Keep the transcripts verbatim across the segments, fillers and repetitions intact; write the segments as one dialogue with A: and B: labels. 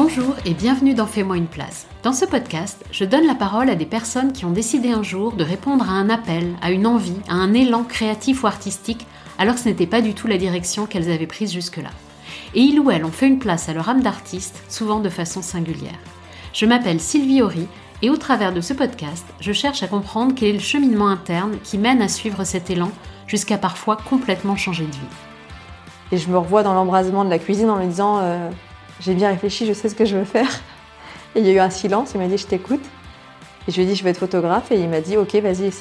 A: Bonjour et bienvenue dans Fais-moi une place. Dans ce podcast, je donne la parole à des personnes qui ont décidé un jour de répondre à un appel, à une envie, à un élan créatif ou artistique, alors que ce n'était pas du tout la direction qu'elles avaient prise jusque-là. Et ils ou elles ont fait une place à leur âme d'artiste, souvent de façon singulière. Je m'appelle Sylvie Horry et au travers de ce podcast, je cherche à comprendre quel est le cheminement interne qui mène à suivre cet élan jusqu'à parfois complètement changer de vie.
B: Et je me revois dans l'embrasement de la cuisine en me disant euh, « j'ai bien réfléchi, je sais ce que je veux faire ». Et il y a eu un silence, il m'a dit « je t'écoute ». Et je lui ai dit « je vais être photographe » et il m'a dit « ok, vas-y, essaye ».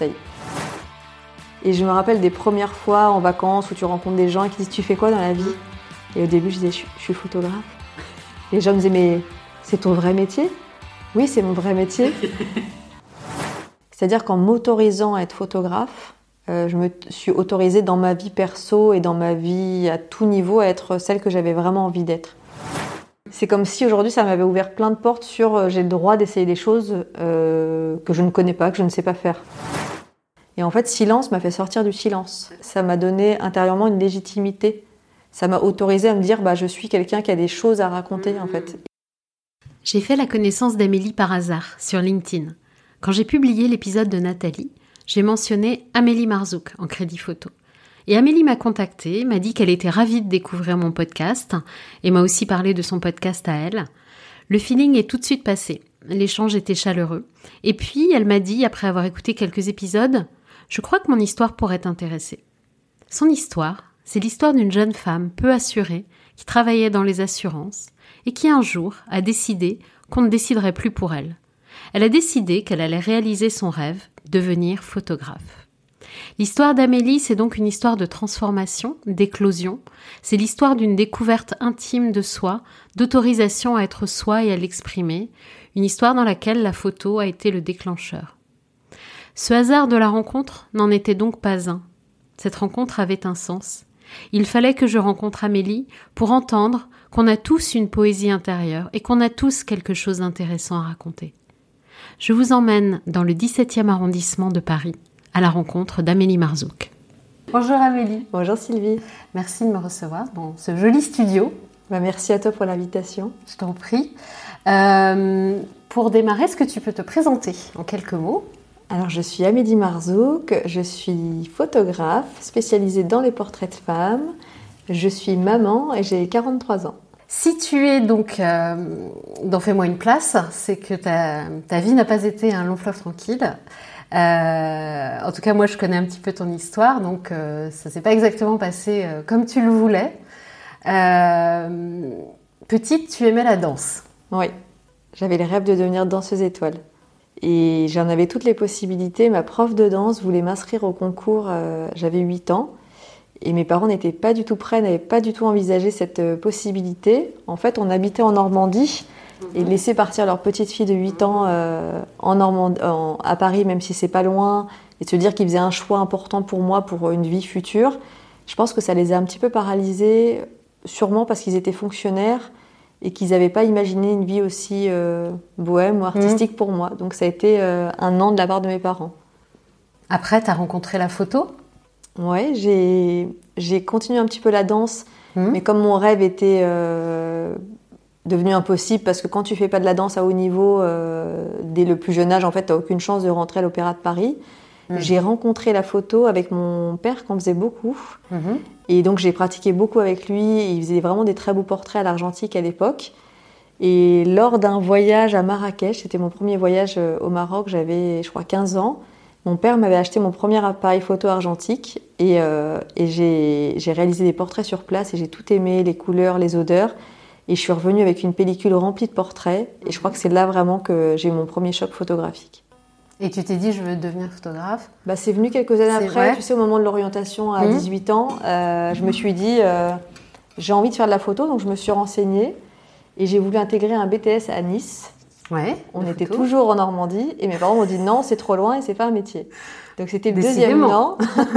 B: Et je me rappelle des premières fois en vacances où tu rencontres des gens qui disent « tu fais quoi dans la vie ?» Et au début, je disais « je suis photographe ». Les gens me disaient « mais c'est ton vrai métier ?» Oui, c'est mon vrai métier. C'est-à-dire qu'en m'autorisant à être photographe, euh, je me suis autorisée dans ma vie perso et dans ma vie à tout niveau à être celle que j'avais vraiment envie d'être. C'est comme si aujourd'hui ça m'avait ouvert plein de portes sur euh, j'ai le droit d'essayer des choses euh, que je ne connais pas, que je ne sais pas faire. Et en fait, silence m'a fait sortir du silence. Ça m'a donné intérieurement une légitimité. Ça m'a autorisée à me dire bah, je suis quelqu'un qui a des choses à raconter en fait.
A: J'ai fait la connaissance d'Amélie par hasard sur LinkedIn. Quand j'ai publié l'épisode de Nathalie, j'ai mentionné Amélie Marzouk en crédit photo. Et Amélie m'a contactée, m'a dit qu'elle était ravie de découvrir mon podcast et m'a aussi parlé de son podcast à elle. Le feeling est tout de suite passé. L'échange était chaleureux. Et puis, elle m'a dit, après avoir écouté quelques épisodes, « Je crois que mon histoire pourrait t'intéresser. » Son histoire, c'est l'histoire d'une jeune femme peu assurée qui travaillait dans les assurances et qui un jour a décidé qu'on ne déciderait plus pour elle. Elle a décidé qu'elle allait réaliser son rêve, devenir photographe. L'histoire d'Amélie, c'est donc une histoire de transformation, d'éclosion. C'est l'histoire d'une découverte intime de soi, d'autorisation à être soi et à l'exprimer. Une histoire dans laquelle la photo a été le déclencheur. Ce hasard de la rencontre n'en était donc pas un. Cette rencontre avait un sens. Il fallait que je rencontre Amélie pour entendre qu'on a tous une poésie intérieure et qu'on a tous quelque chose d'intéressant à raconter. Je vous emmène dans le dix-septième arrondissement de Paris, à la rencontre d'Amélie Marzouk. Bonjour Amélie.
B: Bonjour Sylvie.
A: Merci de me recevoir dans ce joli studio.
B: Bah, merci à toi pour l'invitation.
A: Je t'en prie. Euh, pour démarrer, est-ce que tu peux te présenter en quelques mots ?
B: Alors, je suis Amélie Marzouk, je suis photographe spécialisée dans les portraits de femmes. Je suis maman et j'ai quarante-trois ans.
A: Si tu es donc euh, dans Fais-moi une place, c'est que ta, ta vie n'a pas été un long fleuve tranquille. Euh, en tout cas, moi, je connais un petit peu ton histoire, donc euh, ça s'est pas exactement passé euh, comme tu le voulais. Euh, petite, tu aimais la danse.
B: Oui, j'avais le rêve de devenir danseuse étoile. Et j'en avais toutes les possibilités. Ma prof de danse voulait m'inscrire au concours, euh, j'avais huit ans. Et mes parents n'étaient pas du tout prêts, n'avaient pas du tout envisagé cette euh, possibilité. En fait, on habitait en Normandie et laisser partir leur petite fille de huit ans euh, en Normandie, en, à Paris, même si c'est pas loin, et se dire qu'ils faisaient un choix important pour moi, pour une vie future, je pense que ça les a un petit peu paralysés, sûrement parce qu'ils étaient fonctionnaires et qu'ils n'avaient pas imaginé une vie aussi euh, bohème ou artistique mmh. pour moi. Donc ça a été euh, un non de la part de mes parents.
A: Après, tu as rencontré la photo ?
B: Ouais, j'ai, j'ai continué un petit peu la danse, mmh. mais comme mon rêve était euh, devenu impossible, parce que quand tu fais pas de la danse à haut niveau, euh, dès le plus jeune âge, en fait, tu n'as aucune chance de rentrer à l'Opéra de Paris. Mmh. J'ai rencontré la photo avec mon père, qu'on faisait beaucoup. Mmh. Et donc, j'ai pratiqué beaucoup avec lui. Il faisait vraiment des très beaux portraits à l'argentique à l'époque. Et lors d'un voyage à Marrakech, c'était mon premier voyage au Maroc, j'avais, je crois, quinze ans. Mon père m'avait acheté mon premier appareil photo argentique et, euh, et j'ai, j'ai réalisé des portraits sur place et j'ai tout aimé, les couleurs, les odeurs. Et je suis revenue avec une pellicule remplie de portraits et je crois que c'est là vraiment que j'ai eu mon premier choc photographique.
A: Et tu t'es dit, je veux devenir photographe ?
B: Bah, c'est venu quelques années
A: c'est
B: après,
A: vrai.
B: Tu sais, au moment de l'orientation à mmh. dix-huit ans, euh, je me suis dit, euh, j'ai envie de faire de la photo, donc je me suis renseignée et j'ai voulu intégrer un B T S à Nice.
A: Ouais,
B: on était photo. Toujours en Normandie et mes parents m'ont dit non, c'est trop loin et c'est pas un métier. Donc c'était le deuxième non.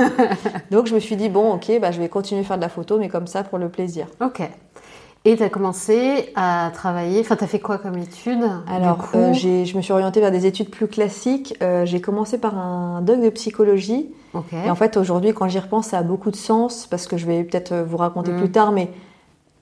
B: Donc je me suis dit bon, ok, bah, je vais continuer à faire de la photo, mais comme ça pour le plaisir.
A: Ok. Et tu as commencé à travailler, enfin tu as fait quoi comme études ?
B: Alors euh, j'ai, je me suis orientée vers des études plus classiques. Euh, j'ai commencé par un doc de psychologie. Okay. Et en fait aujourd'hui quand j'y repense ça a beaucoup de sens parce que je vais peut-être vous raconter mmh. plus tard, mais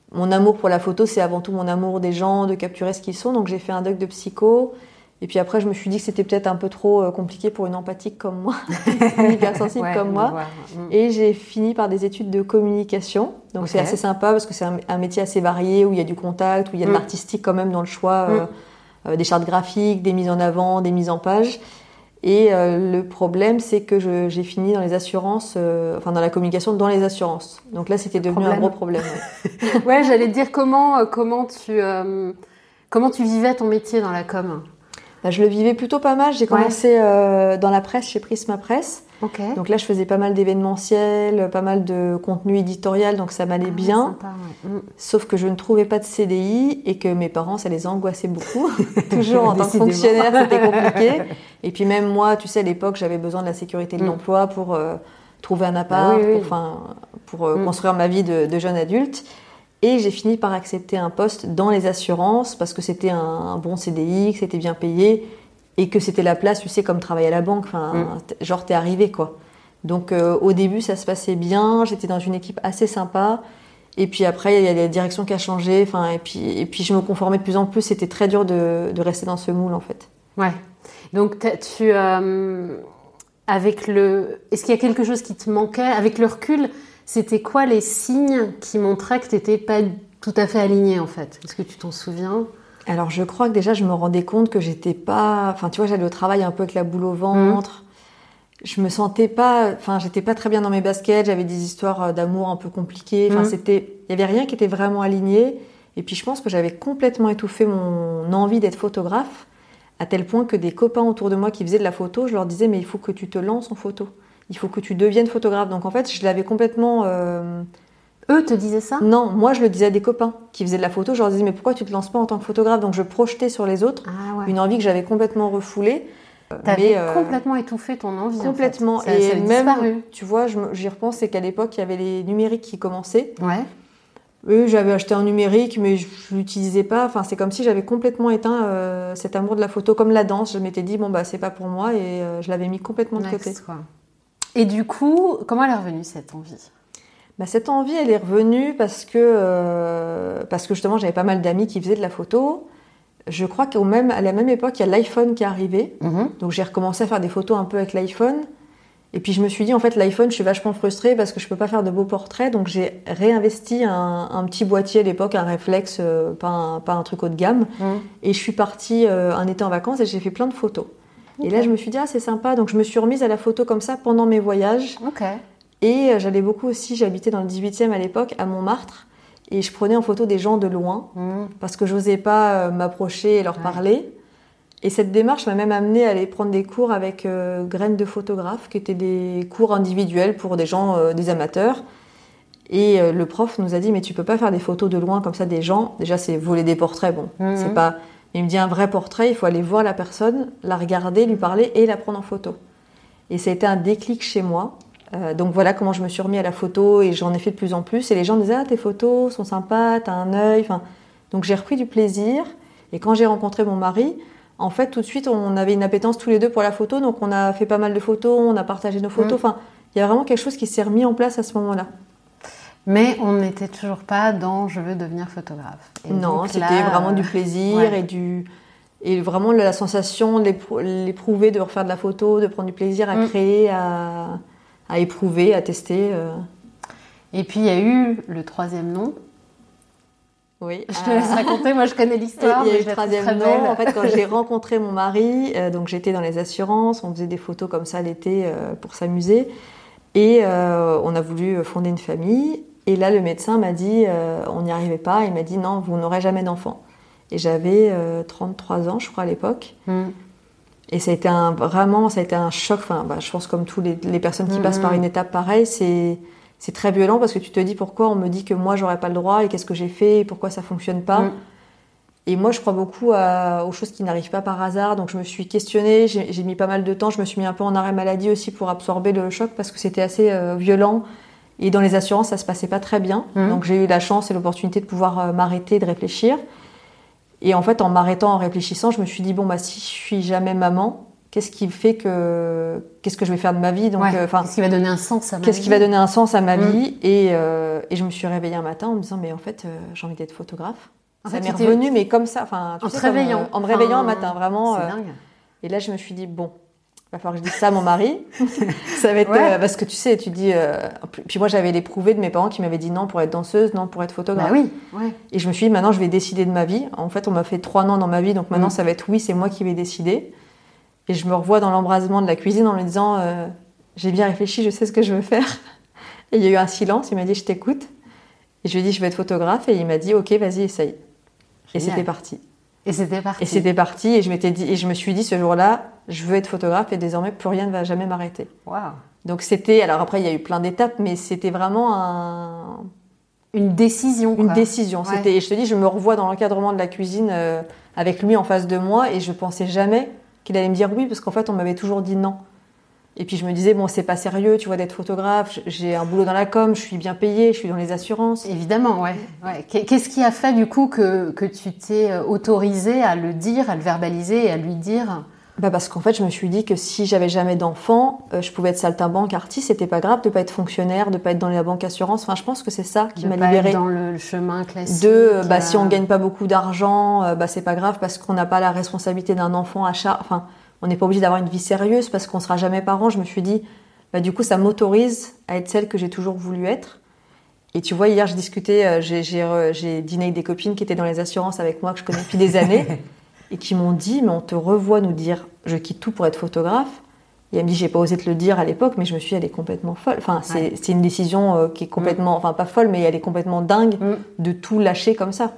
B: mon amour pour la photo, c'est avant tout mon amour des gens, de capturer ce qu'ils sont. Donc j'ai fait un doc de psycho. Et puis après, je me suis dit que c'était peut-être un peu trop euh, compliqué pour une empathique comme moi, une hypersensible ouais, comme moi. Et j'ai fini par des études de communication. Donc okay. c'est assez sympa parce que c'est un, un métier assez varié où il y a du contact, où il y a de mm. l'artistique quand même dans le choix, mm. euh, euh, des chartes graphiques, des mises en avant, des mises en page. Et euh, le problème, c'est que je, j'ai fini dans les assurances, euh, enfin dans la communication dans les assurances. Donc là, c'était devenu problème. un gros problème.
A: Ouais, ouais j'allais te dire comment, euh, comment, tu, euh, comment tu vivais ton métier dans la com.
B: Là, je le vivais plutôt pas mal. J'ai commencé ouais. euh, dans la presse, chez Prisma Presse.
A: Okay.
B: Donc là, je faisais pas mal d'événementiels, pas mal de contenu éditorial, donc ça m'allait ah, bien.
A: Sympa, ouais. mm.
B: Sauf que je ne trouvais pas de C D I et que mes parents, ça les angoissait beaucoup. Toujours en tant que fonctionnaire, c'était compliqué. Et puis même moi, tu sais, à l'époque, j'avais besoin de la sécurité de mm. l'emploi pour euh, trouver un appart, bah, oui, oui. pour, pour euh, mm. construire ma vie de, de jeune adulte. Et j'ai fini par accepter un poste dans les assurances parce que c'était un, un bon C D I, que c'était bien payé et que c'était la place, tu sais, comme travailler à la banque. Enfin, mm. genre, t'es arrivé, quoi. Donc, euh, au début, ça se passait bien. J'étais dans une équipe assez sympa. Et puis après, il y a la direction qui a changé. Enfin, et puis, et puis, je me conformais de plus en plus. C'était très dur de, de rester dans ce moule, en fait.
A: Ouais. Donc, tu... Euh, avec le... Est-ce qu'il y a quelque chose qui te manquait? Avec le recul... C'était quoi les signes qui montraient que tu n'étais pas tout à fait alignée, en fait? Est-ce que tu t'en souviens?
B: Alors, je crois que déjà, je me rendais compte que j'étais pas... Enfin, tu vois, j'allais au travail un peu avec la boule au ventre. Mmh. Je me sentais pas... Enfin, j'étais pas très bien dans mes baskets. J'avais des histoires d'amour un peu compliquées. Enfin, mmh. c'était... Il y avait rien qui était vraiment aligné. Et puis, je pense que j'avais complètement étouffé mon envie d'être photographe, à tel point que des copains autour de moi qui faisaient de la photo, je leur disais, mais il faut que tu te lances en photo. Il faut que tu deviennes photographe. Donc en fait, je l'avais complètement... Euh...
A: Eux te disaient ça?
B: Non, moi je le disais à des copains qui faisaient de la photo. Je leur disais, mais pourquoi tu te lances pas en tant que photographe? Donc je projetais sur les autres ah, ouais. une envie que j'avais complètement refoulée.
A: T'avais euh... complètement étouffé ton envie.
B: Complètement.
A: En fait. ça,
B: et
A: ça
B: même,
A: disparu.
B: Tu vois, je, j'y repense, c'est qu'à l'époque, il y avait les numériques qui commençaient.
A: Ouais.
B: Eux, j'avais acheté un numérique, mais je ne l'utilisais pas. Enfin, c'est comme si j'avais complètement éteint euh, cet amour de la photo, comme la danse. Je m'étais dit, bon, bah, c'est pas pour moi, et euh, je l'avais mis complètement de
A: Next,
B: côté.
A: Quoi. Et du coup, comment elle est revenue cette envie?
B: Bah, cette envie, elle est revenue parce que, euh, parce que justement, j'avais pas mal d'amis qui faisaient de la photo. Je crois qu'à même, à la même époque, il y a l'iPhone qui est arrivé. Mm-hmm. Donc j'ai recommencé à faire des photos un peu avec l'iPhone. Et puis je me suis dit, en fait, l'iPhone, je suis vachement frustrée parce que je peux pas faire de beaux portraits. Donc j'ai réinvesti un, un petit boîtier à l'époque, un réflexe, euh, pas, un, pas un truc haut de gamme. Mm. Et je suis partie euh, un été en vacances et j'ai fait plein de photos. Okay. Et là, je me suis dit, ah, c'est sympa. Donc, je me suis remise à la photo comme ça pendant mes voyages.
A: Okay.
B: Et euh, j'allais beaucoup aussi, j'habitais dans le dix-huitième à l'époque, à Montmartre. Et je prenais en photo des gens de loin mmh. parce que je n'osais pas euh, m'approcher et leur ouais. parler. Et cette démarche m'a même amenée à aller prendre des cours avec euh, Graines de photographe, qui étaient des cours individuels pour des gens, euh, des amateurs. Et euh, le prof nous a dit, mais tu peux pas faire des photos de loin comme ça des gens. Déjà, c'est voler des portraits. Bon, mmh. c'est pas... Il me dit un vrai portrait, il faut aller voir la personne, la regarder, lui parler et la prendre en photo. Et ça a été un déclic chez moi. Euh, donc voilà comment je me suis remis à la photo et j'en ai fait de plus en plus. Et les gens me disaient, ah, tes photos sont sympas, t'as un œil. Enfin, donc j'ai repris du plaisir. Et quand j'ai rencontré mon mari, en fait, tout de suite, on avait une appétence tous les deux pour la photo. Donc on a fait pas mal de photos, on a partagé nos photos. Mmh. Enfin, il y a vraiment quelque chose qui s'est remis en place à ce moment-là.
A: Mais on n'était toujours pas dans « je veux devenir photographe ». Et
B: non, c'était là, vraiment euh... du plaisir ouais. et, du... et vraiment la sensation de l'éprouver, de refaire de la photo, de prendre du plaisir à mm. créer, à... à éprouver, à tester. Euh...
A: Et puis il y a eu le troisième nom.
B: Oui.
A: Je te laisse raconter, moi je connais l'histoire.
B: Il y a eu
A: le
B: troisième nom. En fait, quand j'ai rencontré mon mari, euh, donc j'étais dans les assurances, on faisait des photos comme ça l'été euh, pour s'amuser. Et euh, on a voulu fonder une famille. Et là, le médecin m'a dit, euh, on n'y arrivait pas. Il m'a dit, non, vous n'aurez jamais d'enfant. Et j'avais euh, trente-trois ans, je crois, à l'époque. Mm. Et ça a été un, vraiment, ça a été un choc. Enfin, bah, je pense comme toutes les, les personnes qui mm-hmm. passent par une étape pareille, c'est, c'est très violent parce que tu te dis pourquoi on me dit que moi, j'aurais pas le droit et qu'est-ce que j'ai fait et pourquoi ça fonctionne pas. Mm. Et moi, je crois beaucoup à, aux choses qui n'arrivent pas par hasard. Donc, je me suis questionnée. J'ai, j'ai mis pas mal de temps. Je me suis mis un peu en arrêt maladie aussi pour absorber le choc parce que c'était assez euh, violent. Et dans les assurances, ça se passait pas très bien. Mmh. Donc, j'ai eu la chance et l'opportunité de pouvoir euh, m'arrêter et de réfléchir. Et en fait, en m'arrêtant, en réfléchissant, je me suis dit, bon, bah, si je suis jamais maman, qu'est-ce qui fait que qu'est-ce que je vais faire de ma vie, donc
A: ouais.
B: euh,
A: qu'est-ce qui va donner un sens à ma
B: qu'est-ce
A: vie
B: qui va donner un sens à ma
A: mmh.
B: vie et, euh, et je me suis réveillée un matin en me disant mais en fait euh, j'ai envie d'être photographe.
A: En
B: ça
A: fait,
B: m'est revenu mais comme ça, enfin
A: en
B: sais,
A: te réveillant,
B: comme, euh, en me réveillant
A: enfin,
B: un matin vraiment.
A: C'est
B: euh,
A: dingue.
B: Et là je me suis dit bon, il va falloir que je dise ça à mon mari. Ça va être
A: ouais.
B: euh, parce que tu sais, tu dis. Euh, puis moi j'avais l'éprouvé de mes parents qui m'avaient dit non pour être danseuse, non pour être photographe.
A: Bah oui. Ouais.
B: Et je me suis dit maintenant je vais décider de ma vie. En fait on m'a fait trois noms dans ma vie, donc maintenant mmh. ça va être oui, c'est moi qui vais décider. Et je me revois dans l'embrasement de la cuisine en lui disant euh, j'ai bien réfléchi, je sais ce que je veux faire. Et il y a eu un silence, il m'a dit je t'écoute. Et je lui ai dit je vais être photographe et il m'a dit ok vas-y essaye. Génial. Et c'était parti.
A: Et c'était parti.
B: Et c'était parti et je m'étais dit et je me suis dit ce jour-là je veux être photographe et désormais plus rien ne va jamais m'arrêter.
A: Waouh.
B: Donc c'était alors après il y a eu plein d'étapes mais c'était vraiment un
A: une décision quoi.
B: Une décision.
A: Ouais.
B: C'était et je te dis je me revois dans l'encadrement de la cuisine euh, avec lui en face de moi et je pensais jamais qu'il allait me dire oui, parce qu'en fait, on m'avait toujours dit non. Et puis, je me disais, bon, c'est pas sérieux, tu vois, d'être photographe. J'ai un boulot dans la com, je suis bien payée, je suis dans les assurances.
A: Évidemment, ouais. ouais. Qu'est-ce qui a fait, du coup, que, que tu t'es autorisée à le dire, à le verbaliser et à lui dire ?
B: Bah parce qu'en fait, je me suis dit que si j'avais jamais d'enfant, euh, je pouvais être saltimbanque, artiste, c'était pas grave de pas être fonctionnaire, de pas être dans la banque assurance. Enfin, je pense que c'est ça qui
A: de
B: m'a
A: pas
B: libérée.
A: Être dans le chemin classique.
B: De, bah, euh... si on gagne pas beaucoup d'argent, euh, bah, c'est pas grave parce qu'on n'a pas la responsabilité d'un enfant à charge. Enfin, on n'est pas obligé d'avoir une vie sérieuse parce qu'on sera jamais parent. Je me suis dit, bah, du coup, ça m'autorise à être celle que j'ai toujours voulu être. Et tu vois, hier, je discutais, euh, j'ai, j'ai, euh, j'ai dîné avec des copines qui étaient dans les assurances avec moi, que je connais depuis des années, et qui m'ont dit, mais on te revoit nous dire, je quitte tout pour être photographe. Et elle me dit, j'ai pas osé te le dire à l'époque, mais je me suis dit, elle est complètement folle. Enfin, c'est, ouais. c'est une décision euh, qui est complètement, mmh. enfin pas folle, mais elle est complètement dingue mmh. de tout lâcher comme ça.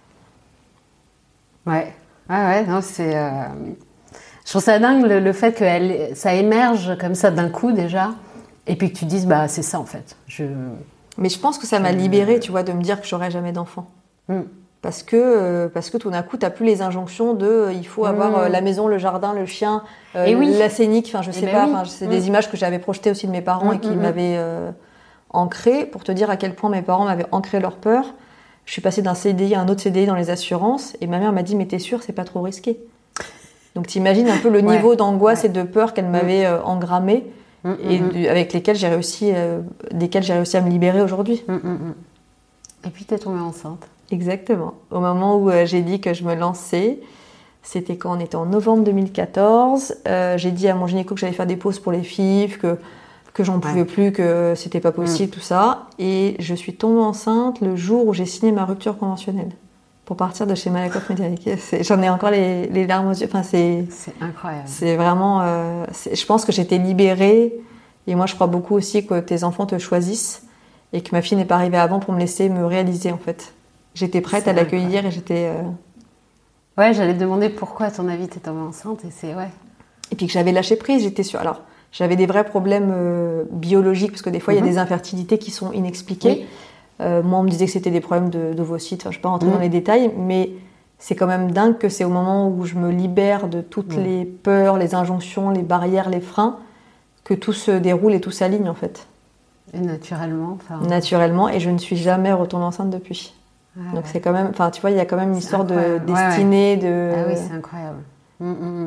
A: Ouais, ouais, ouais, non, c'est... Euh... Je trouve ça dingue le, le fait que elle, ça émerge comme ça d'un coup déjà, et puis que tu dises, bah c'est ça en fait. Je...
B: Mais je pense que ça je... m'a libérée, tu vois, de me dire que j'aurais jamais d'enfant. Mm. Parce que, euh, parce que tout d'un coup, tu n'as plus les injonctions de euh, il faut avoir mm. euh, la maison, le jardin, le chien, euh, et oui. la scénique, enfin je sais et pas, ben oui. c'est mm. des images que j'avais projetées aussi de mes parents mm. et qui mm. m'avaient euh, ancrées, pour te dire à quel point mes parents m'avaient ancré leur peur. Je suis passée d'un C D I à un autre C D I dans les assurances, et ma mère m'a dit, mais t'es sûre, c'est pas trop risqué. Donc t'imagines un peu le niveau ouais. d'angoisse ouais. et de peur qu'elle m'avait euh, engrammé mm, et mm, du, avec lesquels j'ai réussi, euh, desquels j'ai réussi à me libérer aujourd'hui.
A: Mm, mm. Et puis t'es tombée enceinte.
B: Exactement. Au moment où euh, j'ai dit que je me lançais, c'était quand on était en novembre deux mille quatorze. Euh, j'ai dit à mon gynéco que j'allais faire des pauses pour les F I V, que que j'en pouvais ouais. plus, que c'était pas possible, mm. tout ça. Et je suis tombée enceinte le jour où j'ai signé ma rupture conventionnelle. Pour partir de chez Malakoff Médiatique. J'en ai encore les, les larmes aux yeux. Enfin, c'est,
A: c'est incroyable.
B: C'est vraiment... Euh, c'est, je pense que j'étais libérée. Et moi, je crois beaucoup aussi que tes enfants te choisissent. Et que ma fille n'est pas arrivée avant pour me laisser me réaliser, en fait. J'étais prête c'est à l'accueillir incroyable. Et j'étais... Euh...
A: Ouais, j'allais te demander pourquoi, à ton avis, t'es tombée enceinte. Et c'est... Ouais.
B: Et puis que j'avais lâché prise, j'étais sûre... Alors, j'avais des vrais problèmes euh, biologiques, parce que des fois, il mm-hmm. y a des infertilités qui sont inexpliquées. Oui. Euh, moi, on me disait que c'était des problèmes de, d'ovocytes. Enfin, je ne vais pas rentrer mmh. dans les détails, mais c'est quand même dingue que c'est au moment où je me libère de toutes mmh. les peurs, les injonctions, les barrières, les freins, que tout se déroule et tout s'aligne, en fait.
A: Et naturellement.
B: Naturellement, et je ne suis jamais retournée enceinte depuis. Ah, Donc, ouais. c'est quand même... Enfin, tu vois, il y a quand même une c'est histoire incroyable. De destinée, ouais, ouais. de...
A: Ah oui, c'est incroyable. Mmh, mmh.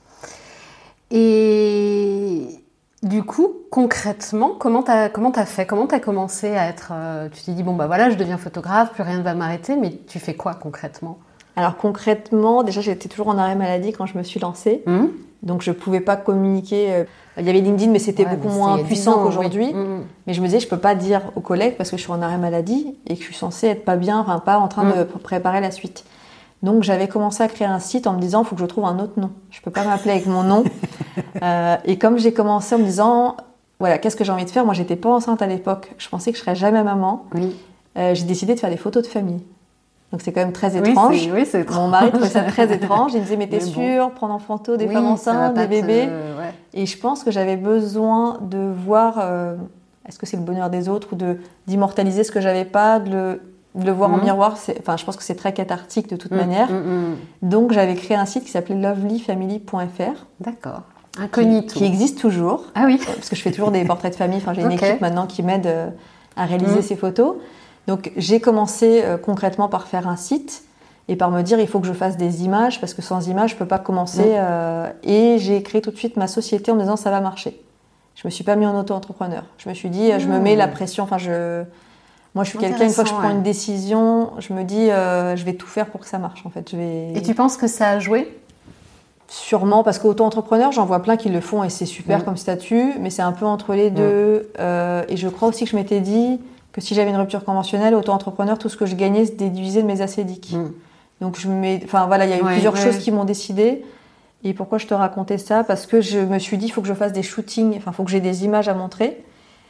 A: Et... Du coup, concrètement, comment t'as comment t'as fait ? Comment t'as commencé à être euh, tu t'es dit bon bah voilà, je deviens photographe, plus rien ne va m'arrêter, mais tu fais quoi concrètement ?
B: Alors concrètement, déjà j'étais toujours en arrêt maladie quand je me suis lancée, mmh. donc je pouvais pas communiquer. Euh, il y avait LinkedIn, mais c'était ouais, beaucoup mais moins puissant qu'aujourd'hui. Oui. Mmh. Mais je me disais, je peux pas dire aux collègues parce que je suis en arrêt maladie et que je suis censée être pas bien, enfin pas en train mmh. de préparer la suite. Donc j'avais commencé à créer un site en me disant, il faut que je trouve un autre nom. Je peux pas m'appeler avec mon nom. euh, et comme j'ai commencé en me disant, voilà, qu'est-ce que j'ai envie de faire ? Moi, j'étais pas enceinte à l'époque. Je pensais que je serais jamais maman. Oui. Euh, j'ai décidé de faire des photos de famille. Donc c'est quand même très étrange.
A: Oui, c'est, oui, c'est étrange.
B: Mon mari trouvait ça très étrange. Il me disait, mais t'es sûre, bon. prendre en photo des oui, femmes enceintes, des bébés. Te... Ouais. Et je pense que j'avais besoin de voir, euh, est-ce que c'est le bonheur des autres ou de d'immortaliser ce que j'avais pas, de le de le voir mmh. en miroir, c'est, enfin, je pense que c'est très cathartique de toute mmh, manière. Mmh, mmh. Donc, j'avais créé un site qui s'appelait lovely family point f r.
A: D'accord. Incognito.
B: Qui, qui existe toujours.
A: Ah oui.
B: Parce que je fais toujours des portraits de famille. Enfin, j'ai une okay. équipe maintenant qui m'aide à réaliser mmh. ces photos. Donc, j'ai commencé euh, concrètement par faire un site. et par me dire il faut que je fasse des images parce que sans images je peux pas commencer. Mmh. Euh, et j'ai créé tout de suite ma société en me disant ça va marcher. Je me suis pas mis en auto-entrepreneur. Je me suis dit mmh. je me mets la pression. Enfin je, moi je suis quelqu'un, une fois que je prends ouais. une décision, je me dis euh, je vais tout faire pour que ça marche en fait. Je vais...
A: Et tu penses que ça a joué?
B: Sûrement, parce qu'auto-entrepreneur, j'en vois plein qui le font et c'est super mmh. comme statut, mais c'est un peu entre les deux. Mmh. Euh, et je crois aussi que je m'étais dit que si j'avais une rupture conventionnelle, auto-entrepreneur, tout ce que je gagnais se déduisait de mes acédiques. Mmh. Donc, je mets, enfin voilà, il y a eu ouais, plusieurs ouais. choses qui m'ont décidé. Et pourquoi je te racontais ça? Parce que je me suis dit, il faut que je fasse des shootings, enfin, il faut que j'ai des images à montrer.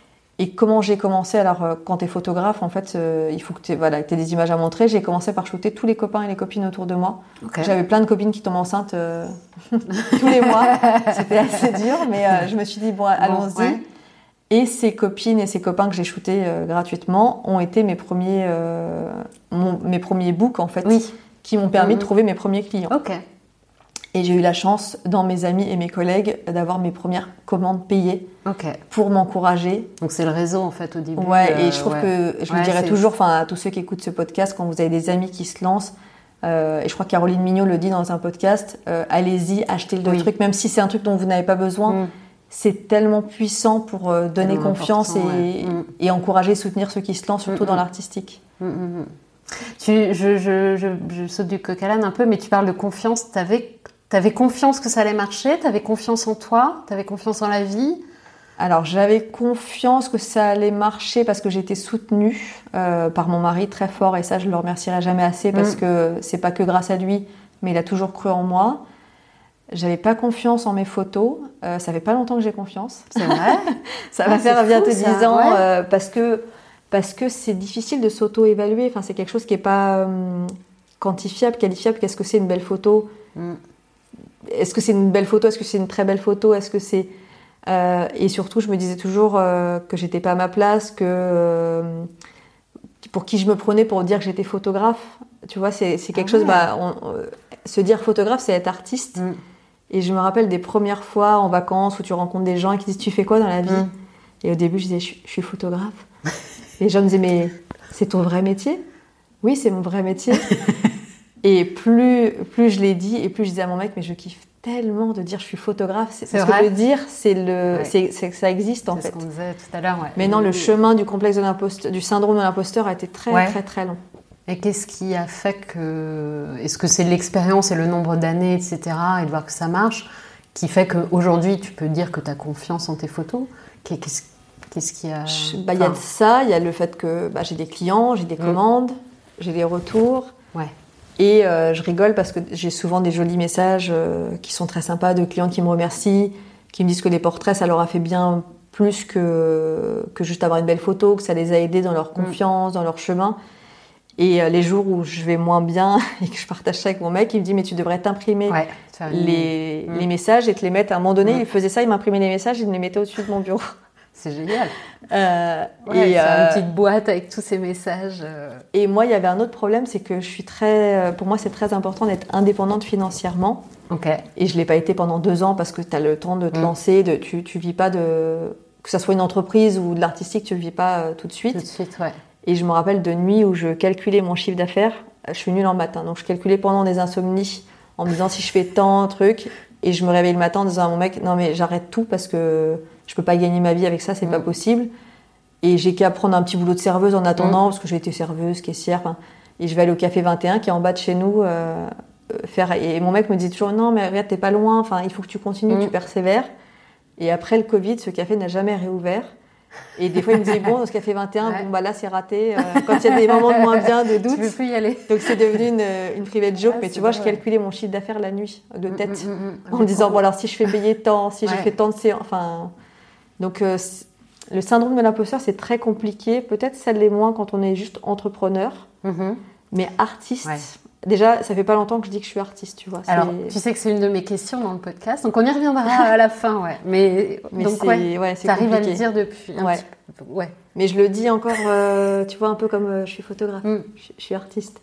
B: Et comment j'ai commencé? Alors, euh, quand tu es photographe, en fait, euh, il faut que tu voilà, aies des images à montrer. J'ai commencé par shooter tous les copains et les copines autour de moi. Okay. J'avais plein de copines qui tombent enceintes euh, tous les mois. C'était assez dur, mais euh, je me suis dit, bon, allons-y. Bon, ouais. Et ces copines et ces copains que j'ai shootés euh, gratuitement ont été mes premiers, euh, mon, mes premiers books, en fait, oui. qui m'ont permis mmh. de trouver mes premiers clients.
A: Okay.
B: Et j'ai eu la chance, dans mes amis et mes collègues, d'avoir mes premières commandes payées
A: okay.
B: pour m'encourager.
A: Donc c'est le réseau, en fait, au début.
B: Ouais, euh, et je trouve ouais. que, je ouais, le dirais
A: c'est...
B: toujours, enfin, à tous ceux qui écoutent ce podcast, quand vous avez des amis qui se lancent, euh, et je crois que Caroline Mignot le dit dans un podcast, euh, allez-y, achetez le oui. truc, même si c'est un truc dont vous n'avez pas besoin. Mm. C'est tellement puissant pour euh, donner tellement confiance et, ouais. mm. et encourager, soutenir ceux qui se lancent, surtout mm-hmm. dans l'artistique.
A: Mm-hmm. Tu, je, je, je, je saute du coq à l'âne un peu, mais tu parles de confiance. T'avais, t'avais confiance que ça allait marcher? T'avais confiance en toi? T'avais confiance en la vie?
B: Alors, j'avais confiance que ça allait marcher parce que j'étais soutenue euh, par mon mari très fort, et ça, je le remercierai jamais assez parce mm. que c'est pas que grâce à lui, mais il a toujours cru en moi. J'avais pas confiance en mes photos. Euh, ça fait pas longtemps que j'ai confiance.
A: C'est vrai.
B: Ça va ah, faire bientôt dix ans ouais. euh, parce que parce que c'est difficile de s'auto-évaluer. Enfin, c'est quelque chose qui est pas euh, quantifiable, qualifiable. Qu'est-ce que c'est une belle photo? mm. Est-ce que c'est une belle photo? Est-ce que c'est une très belle photo? Est-ce que c'est euh, et surtout, je me disais toujours euh, que j'étais pas à ma place, que euh, pour qui je me prenais pour dire que j'étais photographe. Tu vois, c'est, c'est quelque ah ouais. chose. Bah, on, on, se dire photographe, c'est être artiste. mm. Et je me rappelle des premières fois en vacances où tu rencontres des gens qui disent tu fais quoi dans la vie? mmh. Et au début je disais je, je suis photographe. Les gens me disaient mais c'est ton vrai métier? Oui, c'est mon vrai métier. Et plus, plus je l'ai dit et plus je disais à mon mec mais je kiffe tellement de dire je suis photographe. C'est, c'est parce vrai. Que le dire c'est le, ouais. c'est, c'est que ça existe en
A: c'est
B: fait.
A: C'est ce qu'on disait tout à l'heure. Ouais.
B: Mais non, le chemin du complexe de l'imposteur, du syndrome de l'imposteur a été très ouais. très très long.
A: Et qu'est-ce qui a fait que... Est-ce que c'est l'expérience et le nombre d'années, et cetera, et de voir que ça marche, qui fait qu'aujourd'hui, tu peux dire que tu as confiance en tes photos? Qu'est-ce, qu'est-ce qui a...
B: Il bah, enfin... y a de ça, il y a le fait que bah, j'ai des clients, j'ai des commandes, mmh. j'ai des retours.
A: Ouais.
B: Et euh, je rigole parce que j'ai souvent des jolis messages euh, qui sont très sympas, de clients qui me remercient, qui me disent que les portraits, ça leur a fait bien plus que, que juste avoir une belle photo, que ça les a aidés dans leur confiance, mmh. dans leur chemin. Et les jours où je vais moins bien et que je partage ça avec mon mec, il me dit mais tu devrais t'imprimer ouais, les, mmh. les messages et te les mettre. À un moment donné, mmh. il faisait ça, il m'imprimait les messages, il me les mettait au-dessus de mon bureau.
A: C'est génial.
B: Euh,
A: ouais,
B: et
A: c'est
B: euh,
A: une petite boîte avec tous ces messages. Euh...
B: Et moi, il y avait un autre problème, c'est que je suis très, pour moi, c'est très important d'être indépendante financièrement.
A: Okay.
B: Et je l'ai pas été pendant deux ans parce que tu as le temps de te mmh. lancer, de, tu tu vis pas de que ça soit une entreprise ou de l'artistique, tu le vis pas euh, tout de suite.
A: Tout de suite, ouais.
B: Et je me rappelle de nuits où je calculais mon chiffre d'affaires. Je suis nulle en matin, donc je calculais pendant des insomnies en me disant si je fais tant de trucs. Et je me réveillais le matin en disant à mon mec non mais j'arrête tout parce que je peux pas gagner ma vie avec ça, c'est mmh. pas possible. Et j'ai qu'à prendre un petit boulot de serveuse en attendant mmh. parce que j'ai été serveuse, caissière. Enfin, et je vais aller au Café vingt et un qui est en bas de chez nous euh, faire. Et mon mec me dit toujours non mais regarde t'es pas loin. Enfin il faut que tu continues, mmh. tu persévères. Et après le Covid, ce café n'a jamais réouvert. Et des fois, il me disait, bon, dans ce café vingt et un, ouais. bon, bah là, c'est raté. Euh, quand il y a des moments de moins bien, de doute.
A: Tu peux plus y aller.
B: Donc, c'est devenu une, une private joke. Ah, mais tu vois, je calculais mon chiffre d'affaires la nuit, de tête. Mm, mm, mm, en me disant, bon, alors, si je fais payer tant, si ouais. je fais tant de séances. Enfin. Donc, euh, le syndrome de l'imposteur, c'est très compliqué. Peut-être ça l'est moins quand on est juste entrepreneur. Mm-hmm. Mais artiste. Ouais. Déjà, ça fait pas longtemps que je dis que je suis artiste, tu vois.
A: Alors, c'est... tu sais que c'est une de mes questions dans le podcast, donc on y reviendra à la fin, ouais. Mais,
B: Mais
A: donc,
B: c'est,
A: ouais,
B: ouais, c'est
A: t'arrives
B: compliqué.
A: à le dire depuis. Un
B: ouais.
A: petit peu, ouais.
B: Mais je le dis encore, euh, tu vois, un peu comme euh, je suis photographe, mm. je, je suis artiste.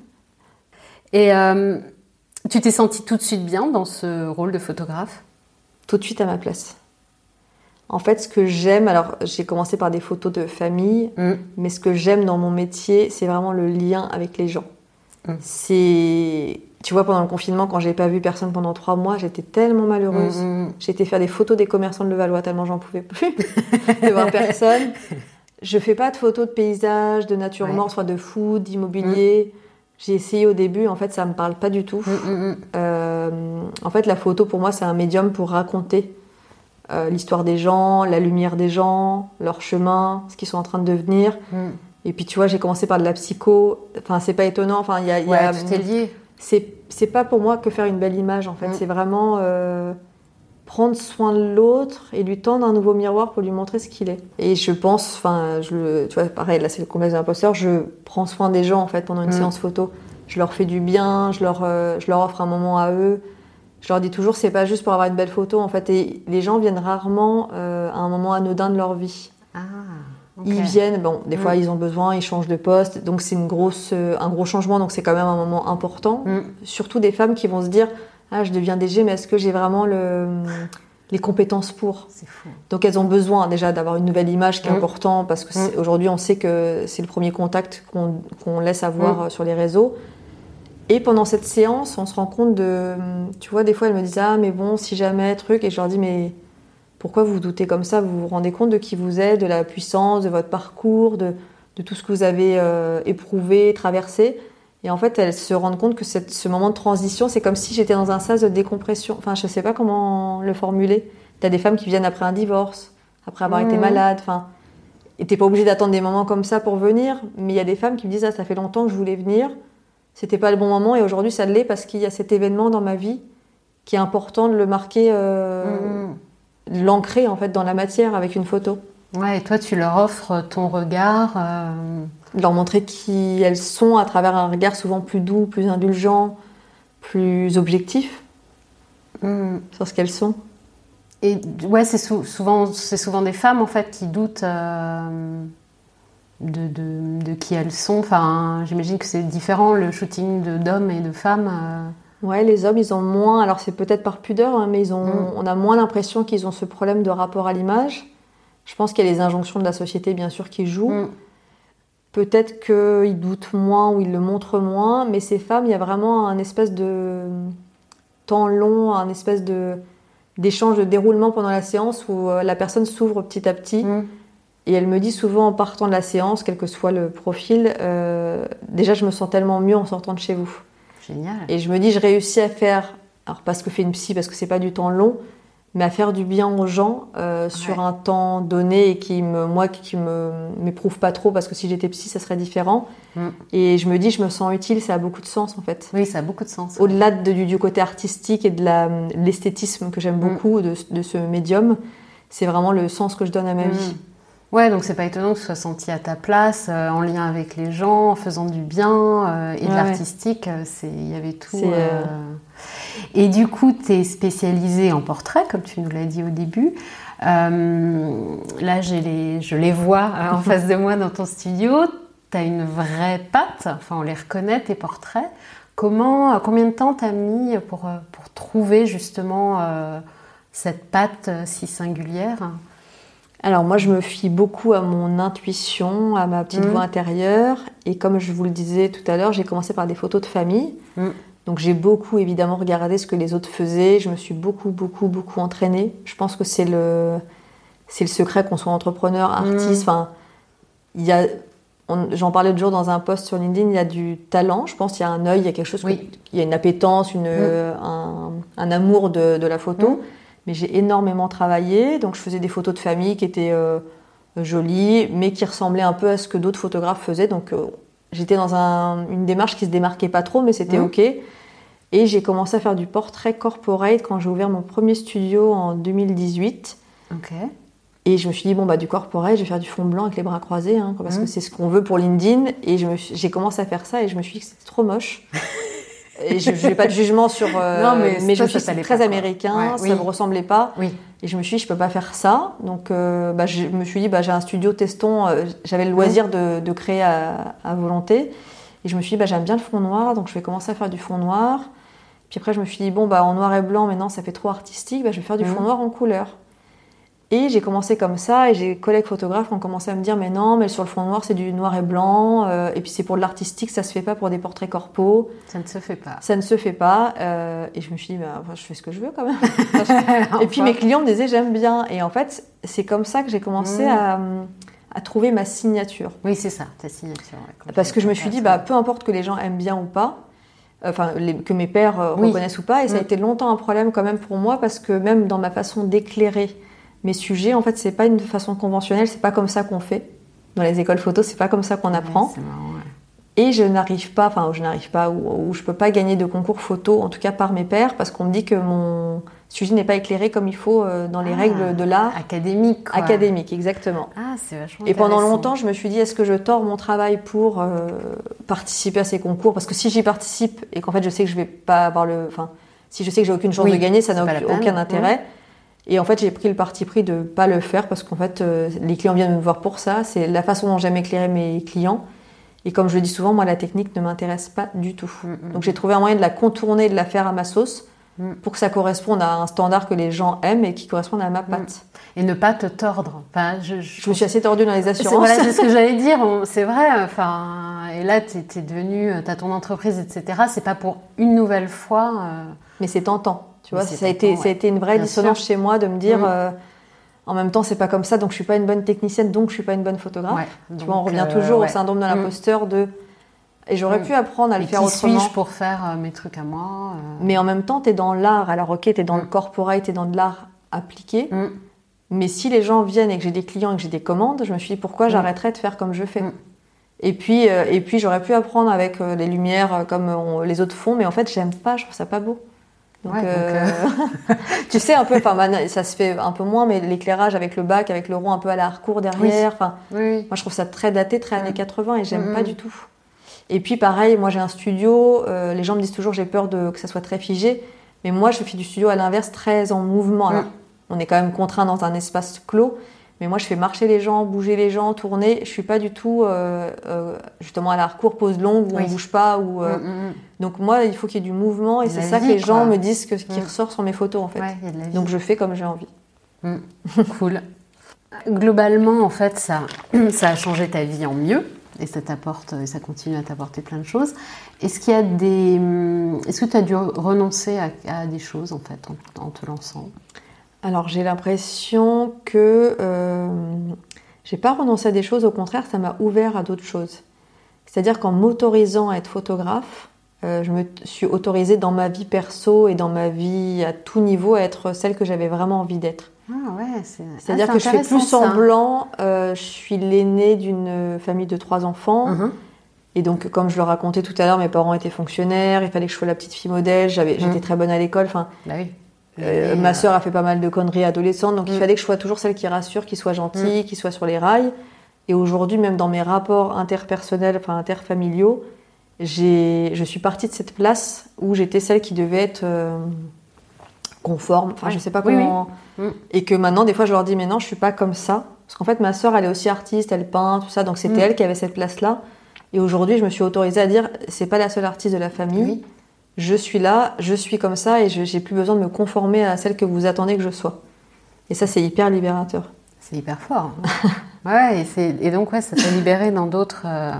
A: Et euh, tu t'es sentie tout de suite bien dans ce rôle de photographe?
B: Tout de suite à ma place. En fait, ce que j'aime, alors j'ai commencé par des photos de famille, mm. mais ce que j'aime dans mon métier, c'est vraiment le lien avec les gens. Mmh. C'est... Tu vois, pendant le confinement, quand j'ai pas vu personne pendant trois mois, j'étais tellement malheureuse. Mmh. J'ai été faire des photos des commerçants de Levallois tellement j'en pouvais plus de voir personne. Je fais pas de photos de paysages, de nature ouais. morte, soit de food, d'immobilier. Mmh. J'ai essayé au début, en fait, ça me parle pas du tout. Mmh. Euh, en fait, la photo, pour moi, c'est un médium pour raconter euh, l'histoire des gens, la lumière des gens, leur chemin, ce qu'ils sont en train de devenir. Mmh. Et puis, tu vois, j'ai commencé par de la psycho. Enfin, c'est pas étonnant. Enfin, il y a, y
A: ouais,
B: a,
A: tout est lié.
B: C'est, c'est pas pour moi que faire une belle image, en fait. Mmh. C'est vraiment euh, prendre soin de l'autre et lui tendre un nouveau miroir pour lui montrer ce qu'il est. Et je pense, enfin, je, tu vois, pareil, là, c'est le complexe de l'imposteur, je prends soin des gens, en fait, pendant une mmh. séance photo. Je leur fais du bien, je leur, euh, je leur offre un moment à eux. Je leur dis toujours, c'est pas juste pour avoir une belle photo, en fait. Et les gens viennent rarement euh, à un moment anodin de leur vie.
A: Ah. Okay.
B: Ils viennent, bon, des mmh. fois ils ont besoin, ils changent de poste, donc c'est une grosse, euh, un gros changement, donc c'est quand même un moment important. Mmh. Surtout des femmes qui vont se dire, ah, je deviens D G, mais est-ce que j'ai vraiment le, les compétences pour ?
A: C'est fou.
B: Donc elles ont besoin déjà d'avoir une nouvelle image qui est mmh. important, parce que mmh. aujourd'hui on sait que c'est le premier contact qu'on, qu'on laisse avoir mmh. sur les réseaux. Et pendant cette séance, on se rend compte de, tu vois, des fois elles me disent, ah, mais bon, si jamais, truc, et je leur dis, mais pourquoi vous vous doutez comme ça ? Vous vous rendez compte de qui vous êtes, de la puissance, de votre parcours, de, de tout ce que vous avez euh, éprouvé, traversé. Et en fait, elles se rendent compte que cette, ce moment de transition, c'est comme si j'étais dans un sas de décompression. Enfin, je ne sais pas comment le formuler. Tu as des femmes qui viennent après un divorce, après avoir mmh. été malade. Enfin, et tu n'es pas obligé d'attendre des moments comme ça pour venir. Mais il y a des femmes qui me disent, ah, ça fait longtemps que je voulais venir. C'était pas le bon moment et aujourd'hui, ça l'est parce qu'il y a cet événement dans ma vie qui est important de le marquer... Euh, mmh. l'ancrer en fait dans la matière avec une photo.
A: Ouais, et toi tu leur offres ton regard. Euh...
B: Leur montrer qui elles sont à travers un regard souvent plus doux, plus indulgent, plus objectif mmh. sur ce qu'elles sont.
A: Et ouais, c'est sou- souvent c'est souvent des femmes en fait qui doutent euh, de, de, de qui elles sont. Enfin, j'imagine que c'est différent le shooting de, d'hommes et de femmes. Euh...
B: Ouais, les hommes, ils ont moins... Alors, c'est peut-être par pudeur, hein, mais ils ont, mmh. on a moins l'impression qu'ils ont ce problème de rapport à l'image. Je pense qu'il y a les injonctions de la société, bien sûr, qui jouent. Mmh. Peut-être qu'ils doutent moins ou ils le montrent moins, mais ces femmes, il y a vraiment un espèce de temps long, un espèce de, d'échange, de déroulement pendant la séance où la personne s'ouvre petit à petit. Mmh. Et elle me dit souvent, en partant de la séance, quel que soit le profil, euh, déjà, je me sens tellement mieux en sortant de chez vous.
A: Génial.
B: Et je me dis, je réussis à faire, alors pas ce que fait une psy, parce que c'est pas du temps long, mais à faire du bien aux gens euh, ouais. sur un temps donné et qui me, moi, qui me m'éprouve pas trop, parce que si j'étais psy, ça serait différent. Mm. Et je me dis, je me sens utile, ça a beaucoup de sens en fait.
A: Oui, ça a beaucoup de sens.
B: Au-delà de, du, du côté artistique et de la, l'esthétisme que j'aime beaucoup mm. de, de ce médium, c'est vraiment le sens que je donne à ma mm. vie.
A: Ouais, donc c'est pas étonnant que tu sois sentie à ta place, euh, en lien avec les gens, en faisant du bien euh, et de ouais, l'artistique. Euh, c'est, il y avait tout. Euh... Euh... Et du coup, tu es spécialisée en portrait, comme tu nous l'as dit au début. Euh, là, j'ai les, je les vois euh, en face de moi dans ton studio. Tu as une vraie patte, enfin, on les reconnaît, tes portraits. Comment, combien de temps tu as mis pour, pour trouver justement euh, cette patte si singulière ?
B: Alors moi, je me fie beaucoup à mon intuition, à ma petite mmh. voix intérieure. Et comme je vous le disais tout à l'heure, j'ai commencé par des photos de famille. Mmh. Donc j'ai beaucoup, évidemment, regardé ce que les autres faisaient. Je me suis beaucoup, beaucoup, beaucoup entraînée. Je pense que c'est le, c'est le secret qu'on soit entrepreneur, artiste. Mmh. Enfin, il y a, on, j'en parlais l'autre jour dans un post sur LinkedIn, il y a du talent. Je pense qu'il y a un œil, il y a quelque chose, oui. que, il y a une appétence, une, mmh. un, un amour de, de la photo. Mmh. Mais j'ai énormément travaillé, donc je faisais des photos de famille qui étaient euh, jolies, mais qui ressemblaient un peu à ce que d'autres photographes faisaient. Donc euh, j'étais dans un, une démarche qui se démarquait pas trop, mais c'était mmh. ok. Et j'ai commencé à faire du portrait corporate quand j'ai ouvert mon premier studio en deux mille dix-huit.
A: Ok.
B: Et je me suis dit, bon, bah, du corporate, je vais faire du fond blanc avec les bras croisés, hein, parce mmh. que c'est ce qu'on veut pour LinkedIn. Et je me suis, j'ai commencé à faire ça et je me suis dit que c'était trop moche. Et je n'ai pas de jugement sur... Euh, non, mais, mais je me suis dit c'est très pas, américain, ouais, ça ne oui. me ressemblait pas. Oui. Et je me suis dit, je ne peux pas faire ça. Donc, euh, bah, je me suis dit, bah, j'ai un studio, testons. Euh, j'avais le loisir mmh. de, de créer à, à volonté. Et je me suis dit, bah, j'aime bien le fond noir, donc je vais commencer à faire du fond noir. Puis après, je me suis dit, bon, bah, en noir et blanc, maintenant, ça fait trop artistique. Bah, je vais faire du mmh. fond noir en couleur. Et j'ai commencé comme ça, et j'ai des collègues photographes qui ont commencé à me dire mais non, mais sur le fond noir c'est du noir et blanc, euh, et puis c'est pour de l'artistique, ça se fait pas pour des portraits corpos.
A: Ça ne se fait pas.
B: Ça ne se fait pas. Euh, et je me suis dit, bah, enfin, je fais ce que je veux quand même. Enfin, et puis mes clients me disaient j'aime bien. Et en fait, c'est comme ça que j'ai commencé mmh. à, à trouver ma signature.
A: Oui, c'est ça, ta signature. Ouais,
B: parce que je me suis dit, bah, peu importe que les gens aiment bien ou pas, enfin les, que mes pairs euh, oui. reconnaissent ou pas, et ça mmh. a été longtemps un problème quand même pour moi, parce que même dans ma façon d'éclairer mes sujets, en fait, c'est pas une façon conventionnelle, c'est pas comme ça qu'on fait. Dans les écoles photo, c'est pas comme ça qu'on apprend.
A: Ouais, c'est marrant, ouais.
B: Et je n'arrive pas, enfin, je n'arrive pas, ou, ou je peux pas gagner de concours photo, en tout cas par mes pairs, parce qu'on me dit que mon sujet n'est pas éclairé comme il faut euh, dans les ah, règles de l'art.
A: Académique, quoi.
B: Académique, exactement.
A: Ah, c'est vachement
B: Et pendant longtemps, je me suis dit, est-ce que je tords mon travail pour euh, participer à ces concours? Parce que si j'y participe et qu'en fait, je sais que je vais pas avoir le, enfin, si je sais que j'ai aucune chance oui, de gagner, ça n'a aucun, aucun intérêt. Mmh. Et en fait, j'ai pris le parti pris de pas le faire parce qu'en fait, euh, les clients viennent me voir pour ça. C'est la façon dont j'aime éclairer mes clients. Et comme je le dis souvent, moi, la technique ne m'intéresse pas du tout. Mmh. Donc, j'ai trouvé un moyen de la contourner, de la faire à ma sauce mmh. pour que ça corresponde à un standard que les gens aiment et qui corresponde à ma patte.
A: Et ne pas te tordre. Enfin, je, je,
B: je me suis assez tordue dans les assurances.
A: C'est, voilà, c'est ce que j'allais dire. On, c'est vrai. Enfin, et là, tu es devenue, tu as ton entreprise, et cetera. C'est pas pour une nouvelle fois. Euh...
B: Mais c'est tentant. Tu vois, ça, tentant, a été, ouais. ça a été une vraie Bien dissonance sûr. Chez moi de me dire... Mmh. Euh, En même temps, c'est pas comme ça, donc je suis pas une bonne technicienne, donc je suis pas une bonne photographe. Ouais, donc, tu vois, on revient euh, toujours ouais. au syndrome de l'imposteur de. Et j'aurais mmh. pu apprendre à le
A: Et
B: faire
A: qui
B: autrement.
A: Suis-je pour faire euh, mes trucs à moi euh...
B: Mais en même temps, t'es dans l'art. Alors ok, t'es dans mmh. le corporate, t'es dans de l'art appliqué. Mmh. Mais si les gens viennent et que j'ai des clients et que j'ai des commandes, je me suis dit pourquoi mmh. j'arrêterais de faire comme je fais. Mmh. Et puis, euh, et puis j'aurais pu apprendre avec euh, les lumières euh, comme on, les autres font, mais en fait, j'aime pas. Je trouve ça pas beau. Donc, ouais, euh... donc euh... tu sais un peu, enfin ça se fait un peu moins, mais l'éclairage avec le bac, avec le rond un peu à la Harcourt derrière, enfin, oui. oui. moi je trouve ça très daté, très années quatre-vingts et j'aime mmh. pas du tout. Et puis pareil, moi j'ai un studio, euh, les gens me disent toujours j'ai peur de que ça soit très figé, mais moi je fais du studio à l'inverse, très en mouvement. Alors, mmh. on est quand même contraint dans un espace clos, mais moi je fais marcher les gens, bouger les gens, tourner. Je suis pas du tout euh, euh, justement à la Harcourt, pause longue où oui. on bouge pas ou. Euh... Mmh. Donc moi, il faut qu'il y ait du mouvement et de c'est ça vie, que les gens quoi. Me disent que, qui mmh. ressort sur mes photos en fait.
A: Ouais, y a de la vie.
B: Donc je fais comme j'ai envie.
A: Mmh. Cool. Globalement, en fait, ça, ça a changé ta vie en mieux et ça t'apporte, et ça continue à t'apporter plein de choses. Est-ce qu'il y a des, est-ce que tu as dû renoncer à, à des choses en fait en, en te lançant?
B: Alors j'ai l'impression que euh, j'ai pas renoncé à des choses. Au contraire, ça m'a ouvert à d'autres choses. C'est-à-dire qu'en m'autorisant à être photographe. Euh, je me suis autorisée dans ma vie perso et dans ma vie à tout niveau à être celle que j'avais vraiment envie d'être.
A: Ah ouais, c'est...
B: C'est-à-dire
A: ah,
B: c'est que je fais plus semblant. Euh, je suis l'aînée d'une famille de trois enfants. Mm-hmm. Et donc, comme je le racontais tout à l'heure, mes parents étaient fonctionnaires. Il fallait que je sois la petite fille modèle. J'avais, mm. J'étais très bonne à l'école. Enfin,
A: bah oui.
B: euh, ma sœur a fait pas mal de conneries adolescentes. Donc, mm. il fallait que je sois toujours celle qui rassure, qui soit gentille, mm. qui soit sur les rails. Et aujourd'hui, même dans mes rapports interpersonnels, enfin interfamiliaux, J'ai, je suis partie de cette place où j'étais celle qui devait être euh, conforme, enfin ouais. je sais pas comment, oui, oui. Et que maintenant des fois je leur dis mais non je suis pas comme ça, parce qu'en fait ma sœur elle est aussi artiste, elle peint tout ça, donc c'était mm. elle qui avait cette place là, et aujourd'hui je me suis autorisée à dire c'est pas la seule artiste de la famille, oui. je suis là, je suis comme ça et je, j'ai plus besoin de me conformer à celle que vous attendez que je sois, et ça c'est hyper libérateur.
A: C'est hyper fort. Ouais, et, c'est, et donc ouais ça t'a libérée dans d'autres. Euh...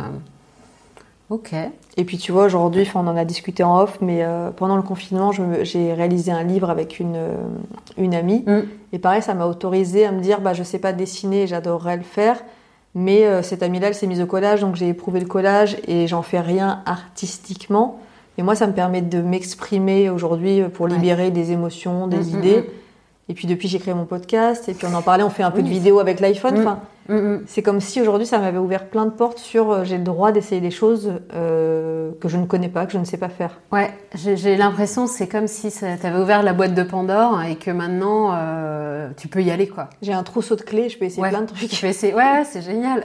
A: Ok.
B: Et puis tu vois, aujourd'hui, on en a discuté en off, mais euh, pendant le confinement, je me, j'ai réalisé un livre avec une, euh, une amie. Mm. Et pareil, ça m'a autorisée à me dire, bah, je sais pas dessiner, j'adorerais le faire, mais euh, cette amie-là, elle s'est mise au collage, donc j'ai éprouvé le collage et j'en fais rien artistiquement. Et moi, ça me permet de m'exprimer aujourd'hui pour libérer ouais. des émotions, des mm, idées. Mm, mm. Et puis depuis, j'ai créé mon podcast, et puis on en parlait, on fait un peu oui. de vidéos avec l'iPhone. Mm. Enfin, mm-hmm. c'est comme si aujourd'hui, ça m'avait ouvert plein de portes sur euh, j'ai le droit d'essayer des choses euh, que je ne connais pas, que je ne sais pas faire.
A: Ouais, j'ai, j'ai l'impression c'est comme si tu avais ouvert la boîte de Pandore et que maintenant, euh, tu peux y aller, quoi.
B: J'ai un trousseau de clés, je peux essayer
A: ouais.
B: plein de trucs.
A: Je peux essayer... Ouais, c'est génial.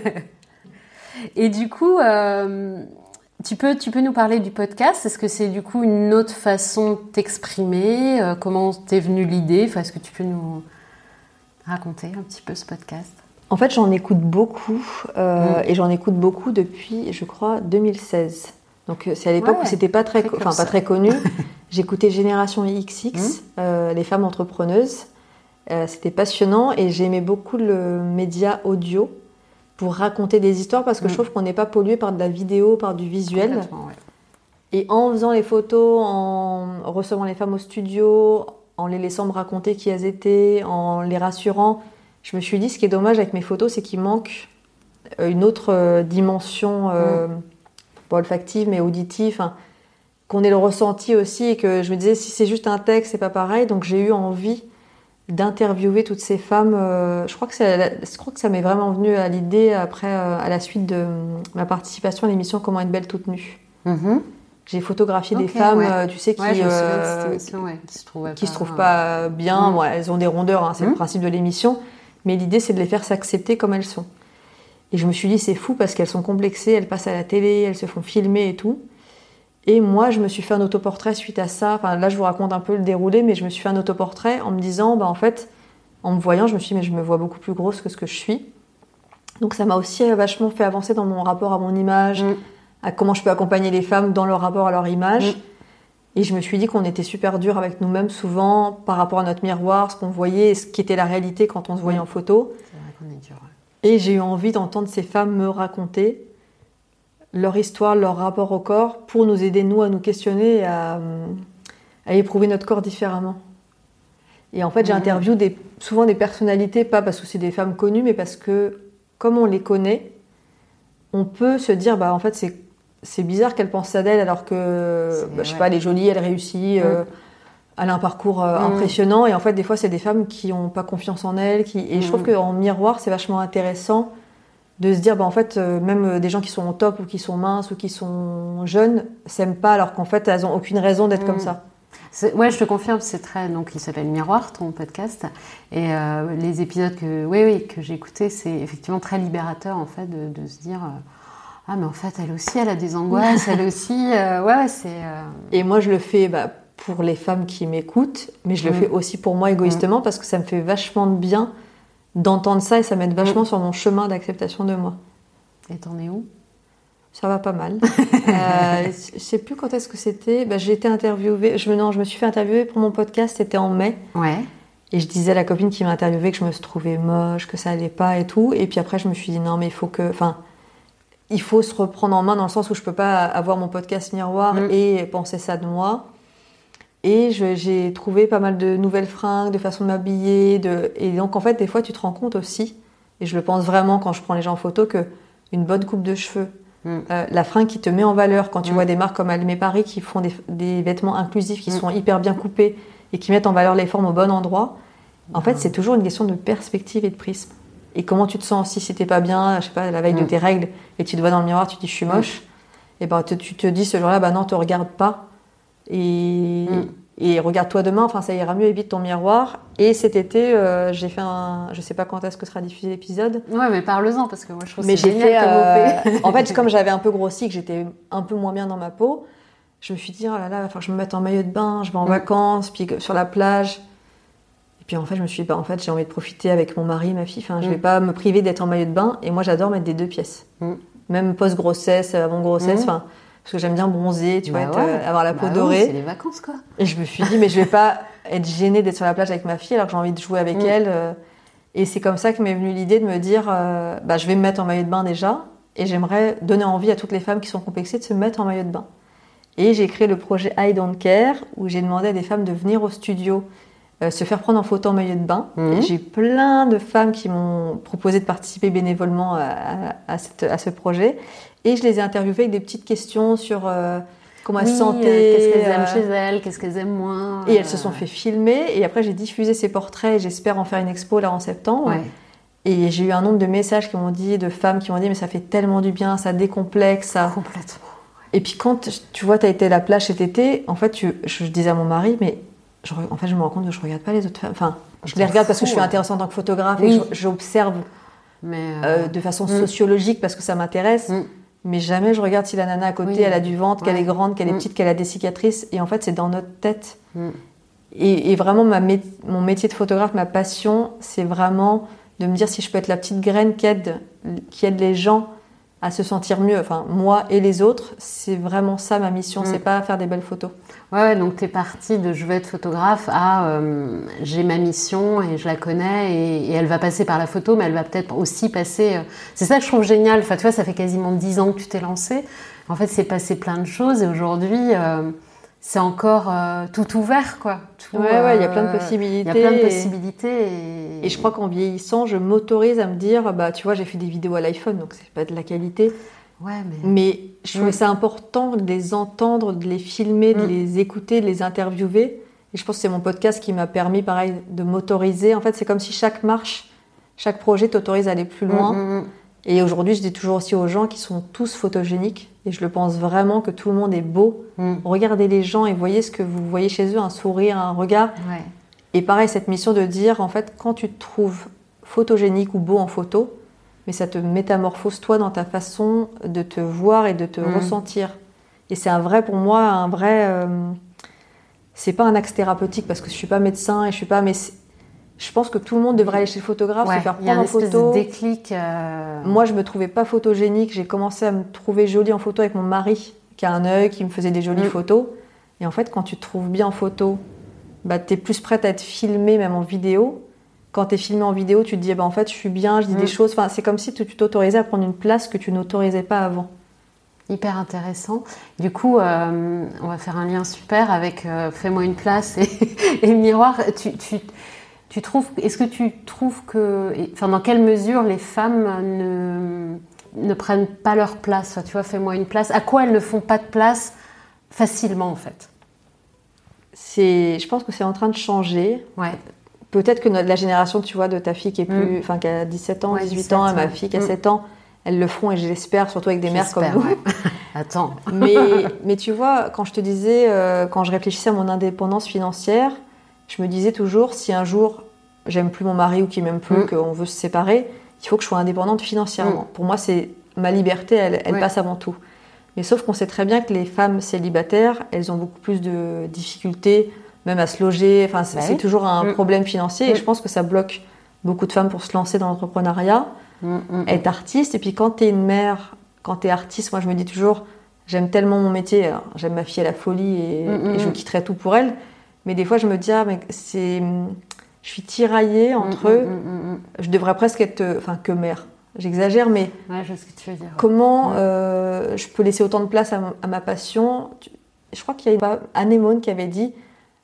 A: Et du coup... Euh... Tu peux, tu peux nous parler du podcast? Est-ce que c'est du coup une autre façon de t'exprimer? euh, Comment t'es venue l'idée? Enfin, est-ce que tu peux nous raconter un petit peu ce podcast?
B: En fait, j'en écoute beaucoup euh, mmh. et j'en écoute beaucoup depuis, je crois, deux mille seize. Donc c'est à l'époque ouais, où c'était pas très, très enfin pas très connu. J'écoutais Génération X X, mmh. euh, les femmes entrepreneuses. Euh, c'était passionnant et j'aimais beaucoup le média audio pour raconter des histoires parce que mmh. je trouve qu'on n'est pas pollué par de la vidéo, par du visuel.
A: Ouais.
B: Et en faisant les photos, en recevant les femmes au studio, en les laissant me raconter qui elles étaient, en les rassurant, je me suis dit, ce qui est dommage avec mes photos, c'est qu'il manque une autre dimension euh, mmh. pas olfactive, mais auditive, hein, qu'on ait le ressenti aussi, et que je me disais, si c'est juste un texte, c'est pas pareil. Donc j'ai eu envie d'interviewer toutes ces femmes. Euh, je, crois que c'est, je crois que ça m'est vraiment venu à l'idée après, euh, à la suite de ma participation à l'émission Comment être belle toute nue. Mmh. J'ai photographié okay, des femmes, ouais. euh, tu sais, qui
A: ouais,
B: euh,
A: émission, ouais, qui se trouvent
B: qui pas, se trouvent pas bien. Mmh. Bon, elles ont des rondeurs, hein, c'est mmh. le principe de l'émission. Mais l'idée, c'est de les faire s'accepter comme elles sont. Et je me suis dit, c'est fou parce qu'elles sont complexées, elles passent à la télé, elles se font filmer et tout. Et moi, je me suis fait un autoportrait suite à ça. Enfin, là, je vous raconte un peu le déroulé, mais je me suis fait un autoportrait en me disant, bah, en fait, en me voyant, je me suis dit, mais je me vois beaucoup plus grosse que ce que je suis. Donc, ça m'a aussi vachement fait avancer dans mon rapport à mon image, mmh. à comment je peux accompagner les femmes dans leur rapport à leur image. Mmh. Et je me suis dit qu'on était super dur avec nous-mêmes souvent par rapport à notre miroir, ce qu'on voyait, et ce qui était la réalité quand on se voyait mmh. en photo.
A: C'est vrai qu'on est dur. Ouais.
B: Et j'ai eu envie d'entendre ces femmes me raconter leur histoire, leur rapport au corps, pour nous aider, nous, à nous questionner et à, à éprouver notre corps différemment. Et en fait, mmh. j'ai interviewé des, souvent des personnalités, pas parce que c'est des femmes connues, mais parce que, comme on les connaît, on peut se dire, bah, en fait, c'est, c'est bizarre qu'elle pense ça d'elle, alors que, bah, je sais ouais. pas, elle est jolie, elle réussit, mmh. euh, elle a un parcours euh, mmh. impressionnant. Et en fait, des fois, c'est des femmes qui n'ont pas confiance en elles. Qui... Et mmh. je trouve qu'en miroir, c'est vachement intéressant de se dire, bah, en fait, euh, même des gens qui sont au top ou qui sont minces ou qui sont jeunes s'aiment pas, alors qu'en fait, elles n'ont aucune raison d'être mmh. comme ça.
A: C'est, ouais, je te confirme, c'est très... Donc, il s'appelle Miroir, ton podcast. Et euh, les épisodes que, oui, oui, que j'ai écoutés, c'est effectivement très libérateur, en fait, de, de se dire... Euh, ah, mais en fait, elle aussi, elle a des angoisses, elle aussi... Euh, ouais, ouais, c'est... Euh...
B: Et moi, je le fais bah, pour les femmes qui m'écoutent, mais je le mmh. fais aussi pour moi, égoïstement, mmh. parce que ça me fait vachement de bien d'entendre ça et ça m'aide vachement mmh. sur mon chemin d'acceptation de moi.
A: Et t'en es où ?
B: Ça va pas mal. euh, je sais plus quand est-ce que c'était. Bah, j'ai été interviewée. Je me, non, je me suis fait interviewer pour mon podcast. C'était en mai.
A: Ouais.
B: Et je disais à la copine qui m'a interviewée que je me trouvais moche, que ça allait pas et tout. Et puis après, je me suis dit non, mais il faut que, enfin, il faut se reprendre en main dans le sens où je peux pas avoir mon podcast Miroir mmh. et penser ça de moi. Et je, j'ai trouvé pas mal de nouvelles fringues, de façon de m'habiller. De... Et donc, en fait, des fois, tu te rends compte aussi, et je le pense vraiment quand je prends les gens en photo, qu'une bonne coupe de cheveux, mm. euh, la fringue qui te met en valeur, quand tu mm. vois des marques comme Almé Paris qui font des, des vêtements inclusifs, qui mm. sont hyper bien coupés et qui mettent en valeur les formes au bon endroit, en mm. fait, c'est toujours une question de perspective et de prisme. Et comment tu te sens aussi si t'es pas bien, je sais pas, la veille mm. de tes règles, et tu te vois dans le miroir, tu te dis « je suis moche mm. », et ben te, tu te dis ce jour-là « bah non, te regarde pas ». Et, mm. et regarde-toi demain, enfin ça ira mieux, évite ton miroir. Et cet été, euh, j'ai fait un... Je sais pas quand est-ce que sera diffusé l'épisode.
A: Ouais, mais parle-en, parce que moi je trouve
B: mais
A: c'est
B: j'ai
A: génial
B: fait,
A: comme
B: euh... En fait, comme j'avais un peu grossi, que j'étais un peu moins bien dans ma peau, je me suis dit, oh là là, il va falloir que je me mette en maillot de bain, je vais en mm. vacances, puis sur la plage. Et puis en fait, je me suis dit, bah, en fait, j'ai envie de profiter avec mon mari, ma fille, enfin, je mm. vais pas me priver d'être en maillot de bain. Et moi, j'adore mettre des deux pièces. Mm. Même post-grossesse, avant-grossesse, enfin... Mm. Parce que j'aime bien bronzer, tu
A: bah
B: vois,
A: ouais.
B: être, avoir la peau
A: bah
B: dorée.
A: Oui, c'est les vacances, quoi.
B: Et je me suis dit, mais je vais pas être gênée d'être sur la plage avec ma fille alors que j'ai envie de jouer avec mmh. elle. Euh, et c'est comme ça que m'est venue l'idée de me dire, euh, bah, je vais me mettre en maillot de bain déjà. Et j'aimerais donner envie à toutes les femmes qui sont complexées de se mettre en maillot de bain. Et j'ai créé le projet I Don't Care, où j'ai demandé à des femmes de venir au studio euh, se faire prendre en photo en maillot de bain. Mmh. Et j'ai plein de femmes qui m'ont proposé de participer bénévolement à, à, à, cette, à ce projet. Et je les ai interviewées avec des petites questions sur euh, comment elles
A: oui,
B: se sentaient.
A: Euh, qu'est-ce qu'elles aiment euh, chez elles, qu'est-ce qu'elles aiment moins.
B: Et euh... elles se sont fait filmer. Et après, j'ai diffusé ces portraits et j'espère en faire une expo là en septembre.
A: Ouais.
B: Et j'ai eu un nombre de messages qui m'ont dit, de femmes qui m'ont dit, mais ça fait tellement du bien, ça décomplexe. Ça...
A: Complètement.
B: Et puis quand tu vois, tu as été à la plage cet été, en fait, tu... je disais à mon mari, mais je... en fait, je me rends compte que je regarde pas les autres femmes. Enfin, je les regarde parce que je suis intéressante en tant que photographe oui. et j'observe mais euh... Euh, de façon mm. sociologique parce que ça m'intéresse. Mm. Mais jamais je regarde si la nana à côté, oui. elle a du ventre, ouais. qu'elle est grande, qu'elle est mmh. petite, qu'elle a des cicatrices. Et en fait, c'est dans notre tête. Mmh. Et, et vraiment, ma mé- mon métier de photographe, ma passion, c'est vraiment de me dire si je peux être la petite graine qui aide, qui aide les gens à se sentir mieux. Enfin, moi et les autres, c'est vraiment ça ma mission. Mm. C'est pas faire des belles photos.
A: Ouais, ouais, donc t'es partie de je veux être photographe à euh, j'ai ma mission et je la connais et, et elle va passer par la photo, mais elle va peut-être aussi passer. Euh, c'est ça que je trouve génial. Enfin, tu vois, ça fait quasiment dix ans que tu t'es lancée. En fait, c'est passé plein de choses et aujourd'hui, euh, c'est encore euh, tout ouvert, quoi. Tout,
B: ouais, ouais, il y a plein de possibilités.
A: Il y a plein de possibilités. Et,
B: et je crois qu'en vieillissant, je m'autorise à me dire, bah, tu vois, j'ai fait des vidéos à l'iPhone, donc c'est pas de la qualité.
A: Ouais, mais...
B: mais je trouvais mmh. ça important de les entendre, de les filmer, de mmh. les écouter, de les interviewer. Et je pense que c'est mon podcast qui m'a permis, pareil, de m'autoriser. En fait, c'est comme si chaque marche, chaque projet t'autorise à aller plus loin. Mmh. Et aujourd'hui, je dis toujours aussi aux gens qui sont tous photogéniques, et je le pense vraiment que tout le monde est beau. Mmh. Regardez les gens et voyez ce que vous voyez chez eux, un sourire, un regard.
A: Ouais.
B: Et pareil, cette mission de dire, en fait, quand tu te trouves photogénique ou beau en photo, mais ça te métamorphose toi dans ta façon de te voir et de te mmh. ressentir. Et c'est un vrai, pour moi, un vrai... Euh, c'est pas un axe thérapeutique parce que je suis pas médecin et je suis pas... Mais je pense que tout le monde devrait aller chez le photographe,
A: ouais,
B: se faire prendre en photo.
A: Il y a une espèce de déclic. Euh...
B: Moi, je me trouvais pas photogénique. J'ai commencé à me trouver jolie en photo avec mon mari, qui a un œil, qui me faisait des jolies mmh. photos. Et en fait, quand tu te trouves bien en photo, bah, t'es plus prête à être filmée, même en vidéo. Quand tu es filmé en vidéo, tu te dis, eh ben, en fait, je suis bien, je dis mmh. des choses. Enfin, c'est comme si tu t'autorisais à prendre une place que tu n'autorisais pas avant.
A: Hyper intéressant. Du coup, euh, on va faire un lien super avec euh, Fais-moi une place et, et le miroir. Tu, tu, tu trouves, est-ce que tu trouves que... Enfin, dans quelle mesure les femmes ne, ne prennent pas leur place? Enfin, tu vois, Fais-moi une place. À quoi elles ne font pas de place facilement, en fait?
B: C'est, je pense que c'est en train de changer.
A: Ouais.
B: Peut-être que notre, la génération, tu vois, de ta fille qui, est plus, mmh. qui a dix-sept ans, ouais, dix-huit ans, et ma fille qui a mmh. sept ans, elles le feront et je l'espère, surtout avec des mères comme nous.
A: Ouais. Attends.
B: mais, mais tu vois, quand je te disais, euh, quand je réfléchissais à mon indépendance financière, je me disais toujours, si un jour j'aime plus mon mari ou qu'il m'aime plus, mmh. qu'on veut se séparer, il faut que je sois indépendante financièrement. Mmh. Pour moi, c'est ma liberté, elle, elle ouais. passe avant tout. Mais sauf qu'on sait très bien que les femmes célibataires, elles ont beaucoup plus de difficultés, même à se loger. Enfin, c'est, bah oui. c'est toujours un mmh. problème financier. Mmh. Et je pense que ça bloque beaucoup de femmes pour se lancer dans l'entrepreneuriat, mmh. être artiste. Et puis quand tu es une mère, quand tu es artiste, moi je me dis toujours, j'aime tellement mon métier. Alors, j'aime ma fille à la folie et, mmh. et je quitterais tout pour elle. Mais des fois, je me dis, ah, mais c'est... je suis tiraillée entre eux. Mmh. Mmh. Je devrais presque être, enfin, que mère. J'exagère, mais
A: ouais, je sais ce que tu veux dire.
B: Comment
A: ouais.
B: euh, je peux laisser autant de place à, m- à ma passion? Je crois qu'il y a Anémone qui avait dit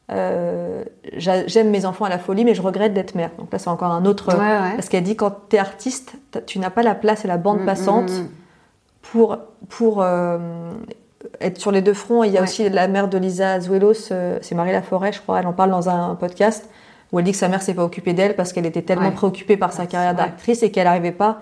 B: euh, j'aime mes enfants à la folie, mais je regrette d'être mère. Donc là, c'est encore un autre.
A: Ouais, ouais.
B: Parce qu'elle dit quand tu es artiste, tu n'as pas la place et la bande mmh, passante mmh, mmh. pour, pour euh, être sur les deux fronts. Et il y a ouais. aussi la mère de Lisa Azuelos, euh, c'est Marie Laforêt, je crois, elle en parle dans un podcast où elle dit que sa mère s'est pas occupée d'elle parce qu'elle était tellement ouais. préoccupée par sa carrière d'actrice ouais. et qu'elle n'arrivait pas.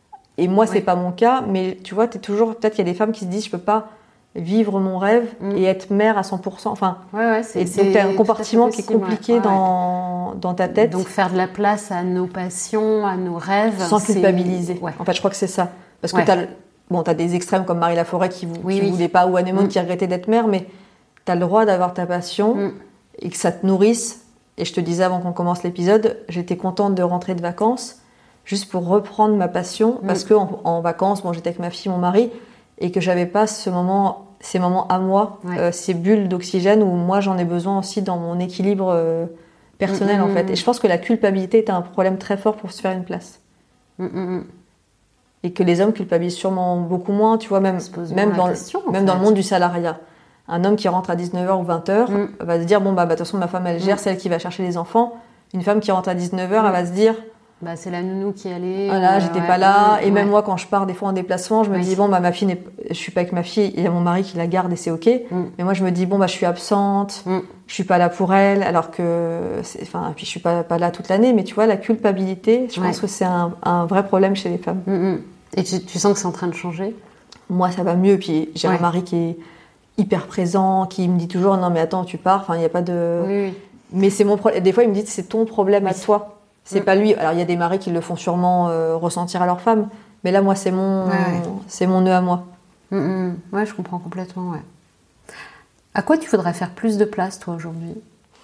B: Et moi, c'est ouais. pas mon cas, mais tu vois, t'es toujours... Peut-être qu'il y a des femmes qui se disent, je peux pas vivre mon rêve mmh. et être mère à cent pour cent. Enfin,
A: ouais, ouais, c'est,
B: et donc, t'as un compartiment qui est compliqué ouais. dans, dans ta tête.
A: Donc, faire de la place à nos passions, à nos rêves.
B: Sans c'est... culpabiliser. Ouais. En fait, je crois que c'est ça. Parce que ouais. t'as, bon, t'as des extrêmes comme Marie Laforêt qui, oui, qui oui. voulait pas, ou Anémone mmh. qui regrettait d'être mère, mais t'as le droit d'avoir ta passion mmh. et que ça te nourrisse. Et je te disais avant qu'on commence l'épisode, j'étais contente de rentrer de vacances juste pour reprendre ma passion, mmh. parce qu'en en vacances, bon, j'étais avec ma fille, mon mari, et que j'avais pas ce moment, ces moments à moi, ouais. euh, ces bulles d'oxygène où moi j'en ai besoin aussi dans mon équilibre euh, personnel mmh. en fait. Et je pense que la culpabilité est un problème très fort pour se faire une place. Mmh. Et que les hommes culpabilisent sûrement beaucoup moins, tu vois, même, même, dans, question, le, même dans le monde du salariat. Un homme qui rentre à dix-neuf heures ou vingt heures mmh. va se dire, bon, bah, bah, de toute façon, ma femme, elle gère, mmh. c'est elle qui va chercher les enfants. Une femme qui rentre à dix-neuf heures, mmh. elle va se dire...
A: Bah, c'est la nounou qui allait.
B: Voilà, euh, j'étais ouais, pas là.
A: Ouais,
B: et même
A: ouais.
B: moi, quand je pars des fois en déplacement, je me ouais. dis, bon, bah, ma fille n'est... je suis pas avec ma fille, il y a mon mari qui la garde et c'est OK. Mm. Mais moi, je me dis, bon, bah, je suis absente, mm. je suis pas là pour elle, alors que. C'est... Enfin, puis je suis pas, pas là toute l'année, mais tu vois, la culpabilité, je ouais. pense que c'est un, un vrai problème chez les femmes.
A: Mm-hmm. Et tu, tu sens que c'est en train de changer?
B: Moi, ça va mieux. Puis j'ai ouais. un mari qui est hyper présent, qui me dit toujours, non, mais attends, tu pars, enfin, il n'y a pas de.
A: Oui, oui.
B: Mais c'est mon problème. Des fois, il me dit, c'est ton problème oui. à toi. C'est mmh. pas lui. Alors, il y a des maris qui le font sûrement euh, ressentir à leur femme. Mais là, moi, c'est mon, ouais, ouais. c'est mon nœud à moi.
A: Mmh, ouais, je comprends complètement, ouais. À quoi tu voudrais faire plus de place, toi, aujourd'hui?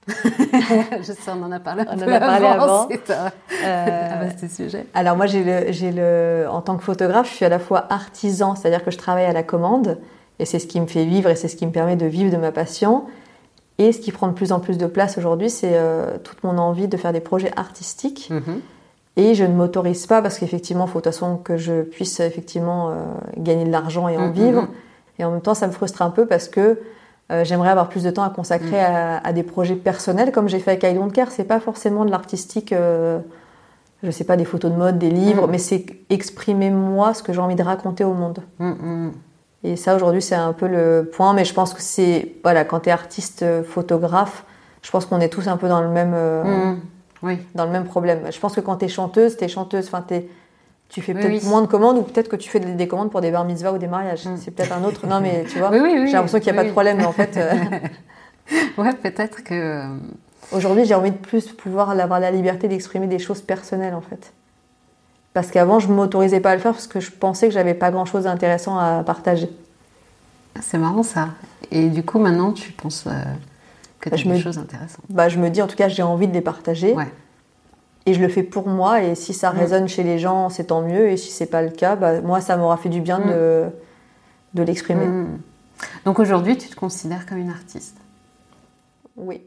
A: Je sais, on en a parlé un
B: on
A: peu
B: en a parlé
A: avant.
B: avant.
A: C'est un,
B: Euh,
A: un vaste sujet.
B: Alors moi, j'ai le, j'ai le, en tant que photographe, je suis à la fois artisan, c'est-à-dire que je travaille à la commande, et c'est ce qui me fait vivre, et c'est ce qui me permet de vivre de ma passion. Et ce qui prend de plus en plus de place aujourd'hui, c'est euh, toute mon envie de faire des projets artistiques.
A: Mm-hmm. Et
B: je ne m'autorise pas, parce qu'effectivement, il faut de toute façon que je puisse effectivement euh, gagner de l'argent et en mm-hmm. vivre. Et en même temps, ça me frustre un peu parce que euh, j'aimerais avoir plus de temps à consacrer mm. à, à des projets personnels, comme j'ai fait avec I Don't Care. C'est pas forcément de l'artistique, euh, je sais pas, des photos de mode, des livres, mm. mais c'est exprimer moi ce que j'ai envie de raconter au monde.
A: Mm-hmm.
B: Et ça, aujourd'hui, c'est un peu le point. Mais je pense que c'est, voilà, quand tu es artiste, photographe, je pense qu'on est tous un peu dans le même, euh,
A: mm. oui.
B: dans le même problème. Je pense que quand tu es chanteuse, tu es chanteuse, enfin, t'es, tu fais peut-être
A: oui, oui.
B: moins de commandes, ou peut-être que tu fais des, des commandes pour des bar mitzvahs ou des mariages. Mm. C'est peut-être un autre. Non, mais tu vois,
A: oui, oui, oui,
B: j'ai l'impression qu'il n'y a
A: oui,
B: pas de problème, mais en fait. Euh...
A: ouais, peut-être que.
B: Aujourd'hui, j'ai envie de plus pouvoir avoir la liberté d'exprimer des choses personnelles, en fait. Parce qu'avant, je ne m'autorisais pas à le faire parce que je pensais que j'avais pas grand-chose d'intéressant à partager.
A: C'est marrant ça. Et du coup, maintenant, tu penses euh, que tu as bah, des me... choses intéressantes.
B: Bah, je me dis, en tout cas, j'ai envie de les partager.
A: Ouais.
B: Et je le fais pour moi. Et si ça mmh. résonne chez les gens, c'est tant mieux. Et si c'est pas le cas, bah, moi, ça m'aura fait du bien mmh. de, de l'exprimer.
A: Mmh. Donc aujourd'hui, tu te considères comme une artiste?
B: Oui.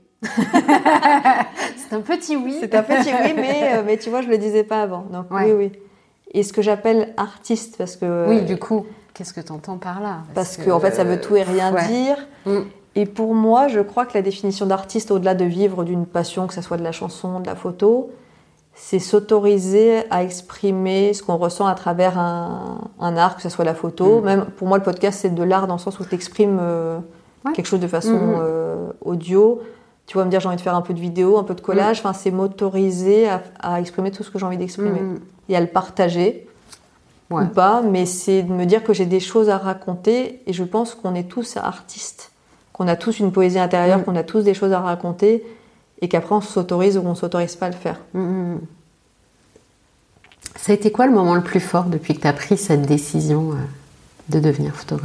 A: C'est un petit oui.
B: C'est un petit oui, mais, euh, mais tu vois, je le disais pas avant. Donc ouais. oui, oui. Et ce que j'appelle artiste, parce que...
A: Oui, du coup, qu'est-ce que tu entends par là?
B: Parce, parce qu'en en fait, ça veut tout et rien ouais. dire. Mm. Et pour moi, je crois que la définition d'artiste, au-delà de vivre d'une passion, que ce soit de la chanson, de la photo, c'est s'autoriser à exprimer ce qu'on ressent à travers un, un art, que ce soit la photo. Mm. Même pour moi, le podcast, c'est de l'art dans le sens où tu exprimes euh, ouais. quelque chose de façon mm. euh, audio. Tu vas me dire, j'ai envie de faire un peu de vidéo, un peu de collage. Mm. Enfin, c'est m'autoriser à, à exprimer tout ce que j'ai envie d'exprimer. Mm. Et à le partager, ouais. ou pas. Mais c'est de me dire que j'ai des choses à raconter. Et je pense qu'on est tous artistes. Qu'on a tous une poésie intérieure, mm. qu'on a tous des choses à raconter. Et qu'après, on s'autorise ou on ne s'autorise pas à le faire.
A: Mm. Ça a été quoi le moment le plus fort depuis que tu as pris cette décision de devenir photographe ?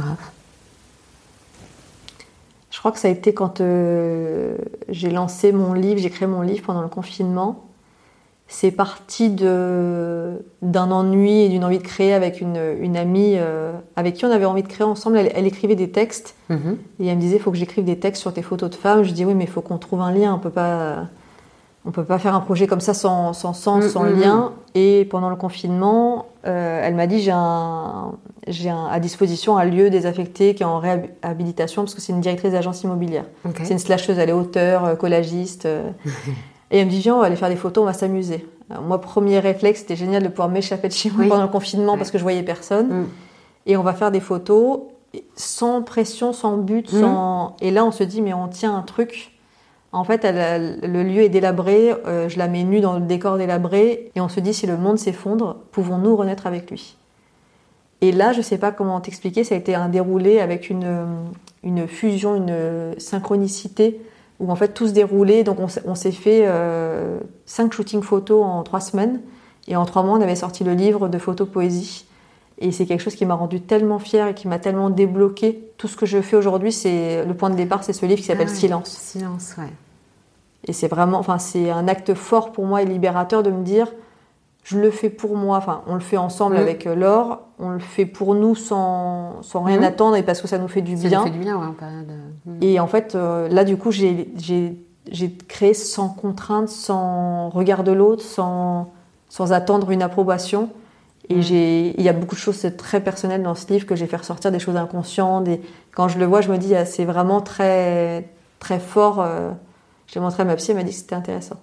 B: Je crois que ça a été quand euh, j'ai lancé mon livre, j'ai créé mon livre pendant le confinement. C'est parti de, d'un ennui et d'une envie de créer avec une, une amie euh, avec qui on avait envie de créer ensemble. Elle, elle écrivait des textes mm-hmm. et elle me disait « il faut que j'écrive des textes sur tes photos de femmes ». Je dis « oui, mais il faut qu'on trouve un lien, on peut pas, on peut pas faire un projet comme ça sans, sans sens, mm-hmm. sans lien ». Et pendant le confinement, euh, elle m'a dit « j'ai, un, j'ai un, à disposition un lieu désaffecté qui est en réhabilitation parce que c'est une directrice d'agence immobilière. Okay. C'est une slasheuse, elle est auteure, collagiste. Euh, Et elle me dit, viens, on va aller faire des photos, on va s'amuser. Alors, moi, premier réflexe, c'était génial de pouvoir m'échapper de chez moi oui. pendant le confinement oui. parce que je voyais personne. Mm. Et on va faire des photos sans pression, sans but. Mm. Sans... Et là, on se dit, mais on tient un truc. En fait, elle, elle, le lieu est délabré, euh, je la mets nue dans le décor délabré. Et on se dit, si le monde s'effondre, pouvons-nous renaître avec lui ? Et là, je ne sais pas comment t'expliquer, ça a été un déroulé avec une, une fusion, une synchronicité où en fait tout se déroulait. Donc on, on s'est fait euh, cinq shootings photos en trois semaines. Et en trois mois, on avait sorti le livre de photos poésie. Et c'est quelque chose qui m'a rendue tellement fière et qui m'a tellement débloquée. Tout ce que je fais aujourd'hui, c'est le point de départ, c'est ce livre qui s'appelle ah ouais, Silence.
A: Silence, ouais.
B: Et c'est vraiment, enfin, c'est un acte fort pour moi et libérateur de me dire, je le fais pour moi. Enfin, on le fait ensemble mmh. avec Laure. On le fait pour nous sans, sans rien mmh. attendre et parce que ça nous fait du
A: ça
B: bien.
A: Ça nous fait du bien, ouais, en période. Mmh.
B: Et en fait, euh, là, du coup, j'ai, j'ai, j'ai créé sans contrainte, sans regard de l'autre, sans, sans attendre une approbation. Et mmh. j'ai, il y a beaucoup de choses très personnelles dans ce livre que j'ai fait ressortir, des choses inconscientes. Et quand je le vois, je me dis, ah, c'est vraiment très, très fort. Euh, je l'ai montré à ma psy, elle m'a dit que c'était intéressant.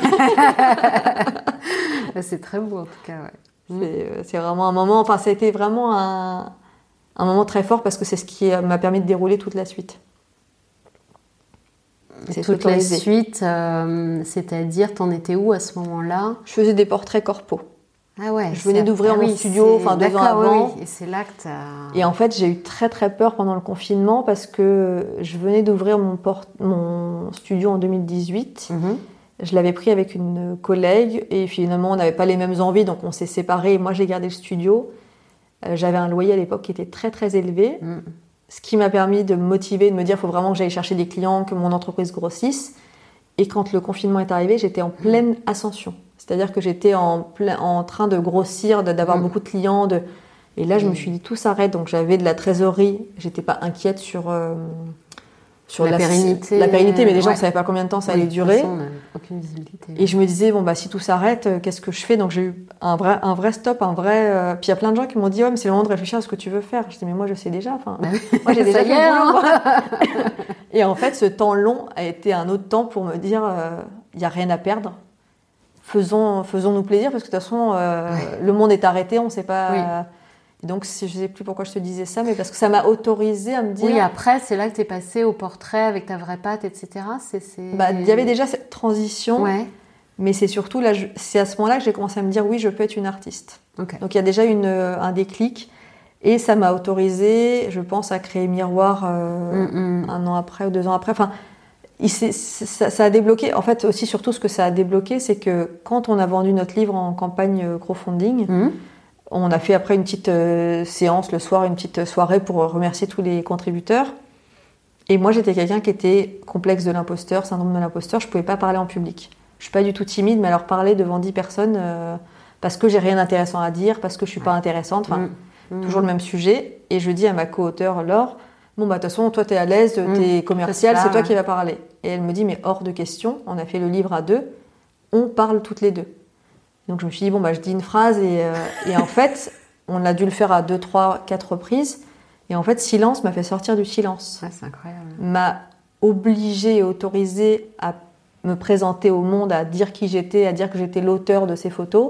A: C'est très beau, en tout cas, ouais.
B: C'est, c'est vraiment un moment, enfin, ça a été vraiment un, un moment très fort parce que c'est ce qui m'a permis de dérouler toute la suite.
A: C'est toute la suite, euh, c'est-à-dire, t'en étais où à ce moment-là ?
B: Je faisais des portraits corpos.
A: Ah ouais.
B: Je venais d'ouvrir
A: ah
B: mon
A: oui,
B: studio, enfin deux ans avant.
A: Oui, et c'est là que t'as...
B: Et en fait, j'ai eu très très peur pendant le confinement parce que je venais d'ouvrir mon, port... mon studio en deux mille dix-huit. Mm-hmm. Je l'avais pris avec une collègue et finalement, on n'avait pas les mêmes envies, donc on s'est séparés. Moi, j'ai gardé le studio. Euh, j'avais un loyer à l'époque qui était très très élevé, mm. ce qui m'a permis de me motiver, de me dire, il faut vraiment que j'aille chercher des clients, que mon entreprise grossisse. Et quand le confinement est arrivé, j'étais en pleine ascension. C'est-à-dire que j'étais en, plein, en train de grossir, de, d'avoir mmh. beaucoup de clients. De... Et là, je mmh. me suis dit, tout s'arrête. Donc, j'avais de la trésorerie. J'étais pas inquiète sur, euh, sur
A: la, la pérennité.
B: La périodité, mais déjà, ouais. on savait pas combien de temps ça oui, allait durer.
A: Façon, on n'a aucune visibilité.
B: Et je me disais, bon, bah, si tout s'arrête, euh, qu'est-ce que je fais? Donc, j'ai eu un vrai, un vrai stop, un vrai. Euh... Puis, il y a plein de gens qui m'ont dit, ouais, mais c'est le moment de réfléchir à ce que tu veux faire. Je dis, mais moi, je sais déjà. Enfin, bah, moi, j'ai déjà fait le boulot. Et en fait, ce temps long a été un autre temps pour me dire, il euh, n'y a rien à perdre. Faisons, faisons-nous plaisir, parce que de toute façon, euh, ouais. le monde est arrêté, on ne sait pas. Oui. Euh, donc, je ne sais plus pourquoi je te disais ça, mais parce que ça m'a autorisée à me dire.
A: Oui, après, c'est là que tu es passée au portrait avec ta vraie patte, et cetera. C'est, c'est...
B: Bah, il y avait déjà cette transition, ouais. mais c'est surtout là, je, c'est à ce moment-là que j'ai commencé à me dire, oui, je peux être une artiste. Okay. Donc, il y a déjà une, un déclic, et ça m'a autorisée, je pense, à créer Miroir euh, mm-hmm. un an après ou deux ans après. Enfin, Il ça, ça a débloqué, en fait aussi surtout ce que ça a débloqué, c'est que quand on a vendu notre livre en campagne crowdfunding, mmh. on a fait après une petite euh, séance le soir, une petite soirée pour remercier tous les contributeurs. Et moi j'étais quelqu'un qui était complexe de l'imposteur, syndrome de l'imposteur, je ne pouvais pas parler en public. Je ne suis pas du tout timide, mais alors parler devant dix personnes euh, parce que j'ai rien d'intéressant à dire, parce que je ne suis pas intéressante, enfin mmh. toujours le même sujet. Et je dis à ma co-auteure Laure, bon, bah, de toute façon, toi, t'es à l'aise, mmh, t'es commerciale, c'est, c'est toi ouais. qui vas parler. Et elle me dit, mais hors de question, on a fait le livre à deux, on parle toutes les deux. Donc, je me suis dit, bon, bah, je dis une phrase et, euh, et en fait, on a dû le faire à deux, trois, quatre reprises. Et en fait, silence m'a fait sortir du silence.
A: Ouais, c'est incroyable.
B: M'a obligée et autorisée à me présenter au monde, à dire qui j'étais, à dire que j'étais l'auteur de ces photos.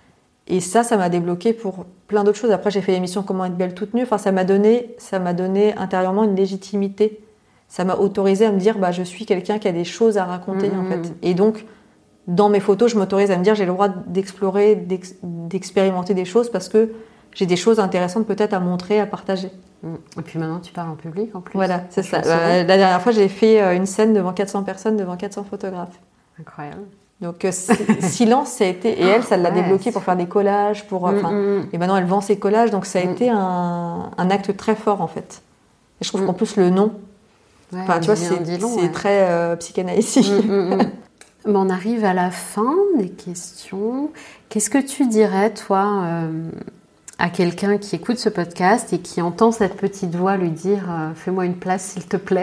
B: Et ça, ça m'a débloqué pour plein d'autres choses. Après, j'ai fait l'émission Comment être belle toute nue. Enfin, ça m'a donné, ça m'a donné intérieurement une légitimité. Ça m'a autorisé à me dire, bah, je suis quelqu'un qui a des choses à raconter, mmh. en fait. Et donc, dans mes photos, je m'autorise à me dire, j'ai le droit d'explorer, d'ex- d'expérimenter des choses parce que j'ai des choses intéressantes peut-être à montrer, à partager.
A: Mmh. Et puis maintenant, tu parles en public en plus.
B: Voilà, c'est ça. Bah, la dernière fois, j'ai fait une scène devant quatre cents personnes, devant quatre cents photographes.
A: Incroyable.
B: Donc, euh, silence, ça a été... Et elle, ça l'a ouais, débloqué pour faire des collages. Pour, mmh, mmh. Et maintenant, elle vend ses collages. Donc, ça a mmh. été un, un acte très fort, en fait. Et je trouve mmh. qu'en plus, le nom...
A: Ouais,
B: enfin, tu vois, c'est, long, c'est ouais. très euh, psychanalytique. Mmh, mmh, mmh.
A: Bon, on arrive à la fin des questions. Qu'est-ce que tu dirais, toi, euh, à quelqu'un qui écoute ce podcast et qui entend cette petite voix lui dire euh, « Fais-moi une place, s'il te plaît »,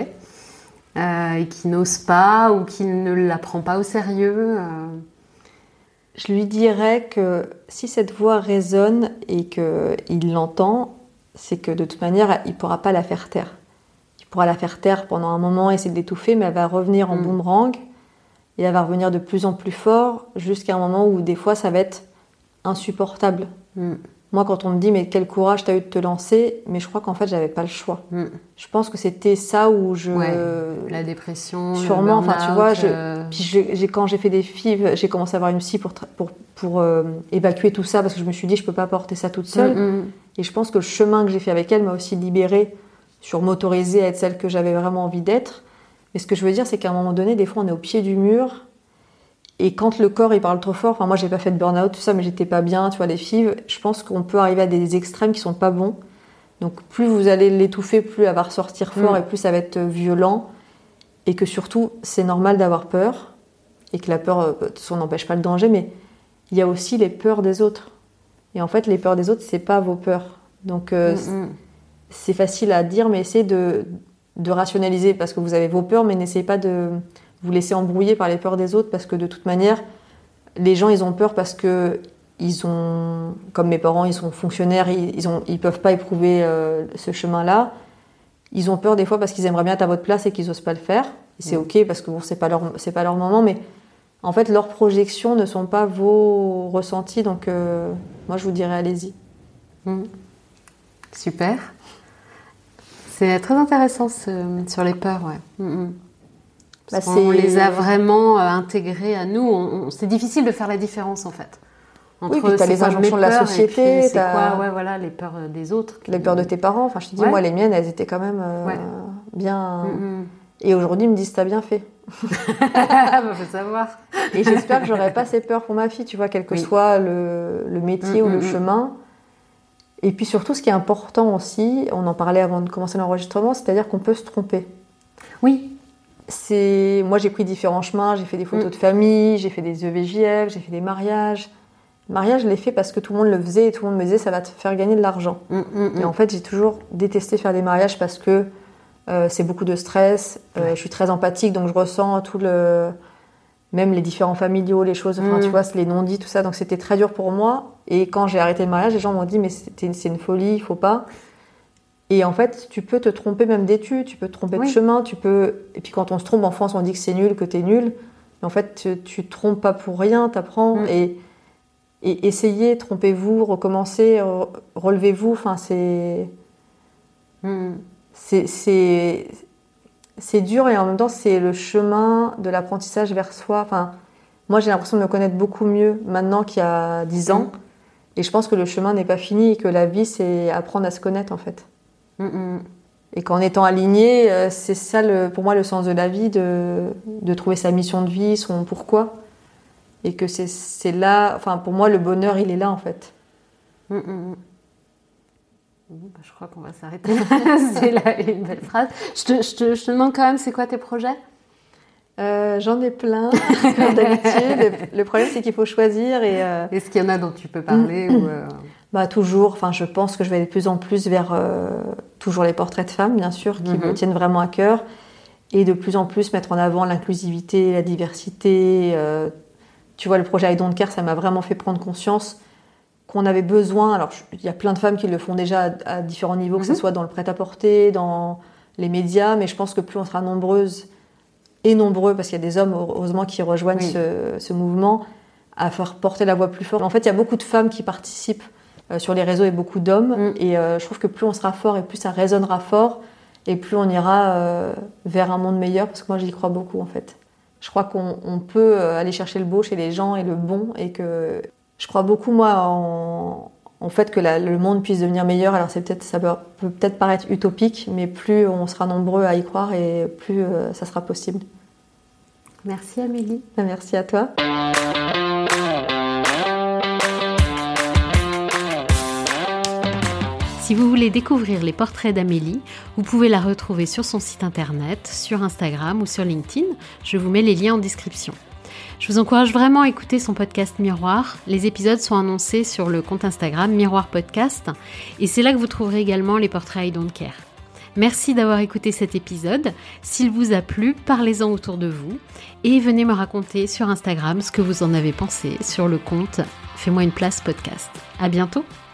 A: Euh, et qui n'ose pas ou qui ne la prend pas au sérieux euh...
B: Je lui dirais que si cette voix résonne et qu'il l'entend, c'est que de toute manière, il ne pourra pas la faire taire. Il pourra la faire taire pendant un moment, essayer de l'étouffer, mais elle va revenir en mmh. boomerang et elle va revenir de plus en plus fort jusqu'à un moment où des fois ça va être insupportable. Mmh. Moi, quand on me dit « mais quel courage t'as eu de te lancer », mais je crois qu'en fait, j'avais pas le choix. Mm. Je pense que c'était ça où je...
A: Ouais, la dépression,
B: sûrement,
A: le burn-out.
B: Enfin, tu vois, je...
A: Euh...
B: Puis je, j'ai, quand j'ai fait des F I V, j'ai commencé à avoir une psy pour, pour, pour euh, évacuer tout ça, parce que je me suis dit « je peux pas porter ça toute seule mm-hmm. ». Et je pense que le chemin que j'ai fait avec elle m'a aussi libérée sur m'autoriser à être celle que j'avais vraiment envie d'être. Mais ce que je veux dire, c'est qu'à un moment donné, des fois, on est au pied du mur. Et quand le corps, il parle trop fort, enfin moi j'ai pas fait de burn-out, tout ça, mais j'étais pas bien, tu vois, les F I V, je pense qu'on peut arriver à des extrêmes qui sont pas bons. Donc plus vous allez l'étouffer, plus elle va ressortir fort mmh. et plus ça va être violent. Et que surtout, c'est normal d'avoir peur. Et que la peur, on n'empêche pas le danger, mais il y a aussi les peurs des autres. Et en fait, les peurs des autres, c'est pas vos peurs. Donc euh, mmh. c'est facile à dire, mais essayez de, de rationaliser parce que vous avez vos peurs, mais n'essayez pas de... vous laissez embrouiller par les peurs des autres parce que de toute manière, les gens, ils ont peur parce que ils ont, comme mes parents, ils sont fonctionnaires, ils, ils, ont, ils peuvent pas éprouver euh, ce chemin-là. Ils ont peur des fois parce qu'ils aimeraient bien être à votre place et qu'ils osent pas le faire. Et c'est mmh. ok parce que bon, c'est pas leur, c'est pas leur moment, mais en fait, leurs projections ne sont pas vos ressentis. Donc, euh, moi, je vous dirais, allez-y.
A: Mmh. Super. C'est très intéressant ce, sur les peurs, ouais. Mmh. Bah, on les a vraiment euh, intégrés à nous. On, on, c'est difficile de faire la différence en fait.
B: Entre oui, puis tu as les injonctions de la société.
A: C'est quoi, ouais, voilà, les peurs des autres.
B: Les peurs de tes parents. Enfin, je te dis, ouais. moi, les miennes, elles étaient quand même euh, ouais. bien. Mm-hmm. Et aujourd'hui, ils me disent, t'as bien fait.
A: bah, faut savoir.
B: Et j'espère que j'aurai pas ces peurs pour ma fille, tu vois, quel que oui. soit le, le métier mm-hmm. ou le chemin. Et puis surtout, ce qui est important aussi, on en parlait avant de commencer l'enregistrement, c'est-à-dire qu'on peut se tromper.
A: Oui.
B: c'est... Moi, j'ai pris différents chemins. J'ai fait des photos mmh. de famille, j'ai fait des E V J F, j'ai fait des mariages. Le mariage, je l'ai fait parce que tout le monde le faisait et tout le monde me disait ça va te faire gagner de l'argent. Mmh, mmh, et en fait, j'ai toujours détesté faire des mariages parce que euh, c'est beaucoup de stress. Euh, ouais. Je suis très empathique, donc je ressens tout le... Même les différents familiaux, les choses, enfin, mmh. tu vois, les non-dits, tout ça. Donc, c'était très dur pour moi. Et quand j'ai arrêté le mariage, les gens m'ont dit mais c'est, c'est une folie, il faut pas. Et en fait, tu peux te tromper même d'études, tu peux te tromper oui. de chemin, tu peux... Et puis quand on se trompe en France, on dit que c'est nul, que t'es nul. Mais en fait, tu, tu te trompes pas pour rien, t'apprends. Mmh. Et, et essayez, trompez-vous, recommencez, re- relevez-vous. Enfin, c'est... Mmh. c'est... c'est... C'est dur et en même temps, c'est le chemin de l'apprentissage vers soi. Enfin, moi, j'ai l'impression de me connaître beaucoup mieux maintenant qu'il y a dix ans. Mmh. Et je pense que le chemin n'est pas fini et que la vie, c'est apprendre à se connaître, en fait. Mmh. Et qu'en étant aligné, c'est ça, le, pour moi, le sens de la vie, de, de trouver sa mission de vie, son pourquoi. Et que c'est, c'est là... Enfin, pour moi, le bonheur, il est là, en fait.
A: Mmh. Bon, bah, je crois qu'on va s'arrêter là. C'est là une belle phrase. Je te, je, te, je te demande quand même, c'est quoi tes projets ?
B: euh, J'en ai plein, comme d'habitude. Le, le problème, c'est qu'il faut choisir. Et, euh...
A: Est-ce qu'il y en a dont tu peux parler mmh. ou euh...
B: bah, toujours. Enfin, je pense que je vais aller de plus en plus vers euh, toujours les portraits de femmes, bien sûr, qui mmh. me tiennent vraiment à cœur. Et de plus en plus mettre en avant l'inclusivité, la diversité. Euh, tu vois, le projet I Don't Care, ça m'a vraiment fait prendre conscience qu'on avait besoin, alors il y a plein de femmes qui le font déjà à, à différents niveaux, mm-hmm. que ce soit dans le prêt-à-porter, dans les médias, mais je pense que plus on sera nombreuses et nombreux, parce qu'il y a des hommes, heureusement, qui rejoignent oui. ce, ce mouvement, à faire porter la voix plus fort. En fait, il y a beaucoup de femmes qui participent euh, sur les réseaux et beaucoup d'hommes, mm. et euh, je trouve que plus on sera fort et plus ça résonnera fort, et plus on ira euh, vers un monde meilleur, parce que moi j'y crois beaucoup en fait. Je crois qu'on on peut aller chercher le beau chez les gens et le bon, et que... Je crois beaucoup, moi, en, en fait que la, le monde puisse devenir meilleur. Alors, c'est peut-être, ça peut, peut peut-être paraître utopique, mais plus on sera nombreux à y croire et plus euh, ça sera possible.
A: Merci Amélie.
B: Merci à toi.
A: Si vous voulez découvrir les portraits d'Amélie, vous pouvez la retrouver sur son site internet, sur Instagram ou sur LinkedIn. Je vous mets les liens en description. Je vous encourage vraiment à écouter son podcast Miroir. Les épisodes sont annoncés sur le compte Instagram Miroir Podcast et c'est là que vous trouverez également les portraits I Don't Care. Merci d'avoir écouté cet épisode. S'il vous a plu, parlez-en autour de vous et venez me raconter sur Instagram ce que vous en avez pensé sur le compte Fais-moi une place podcast. À bientôt.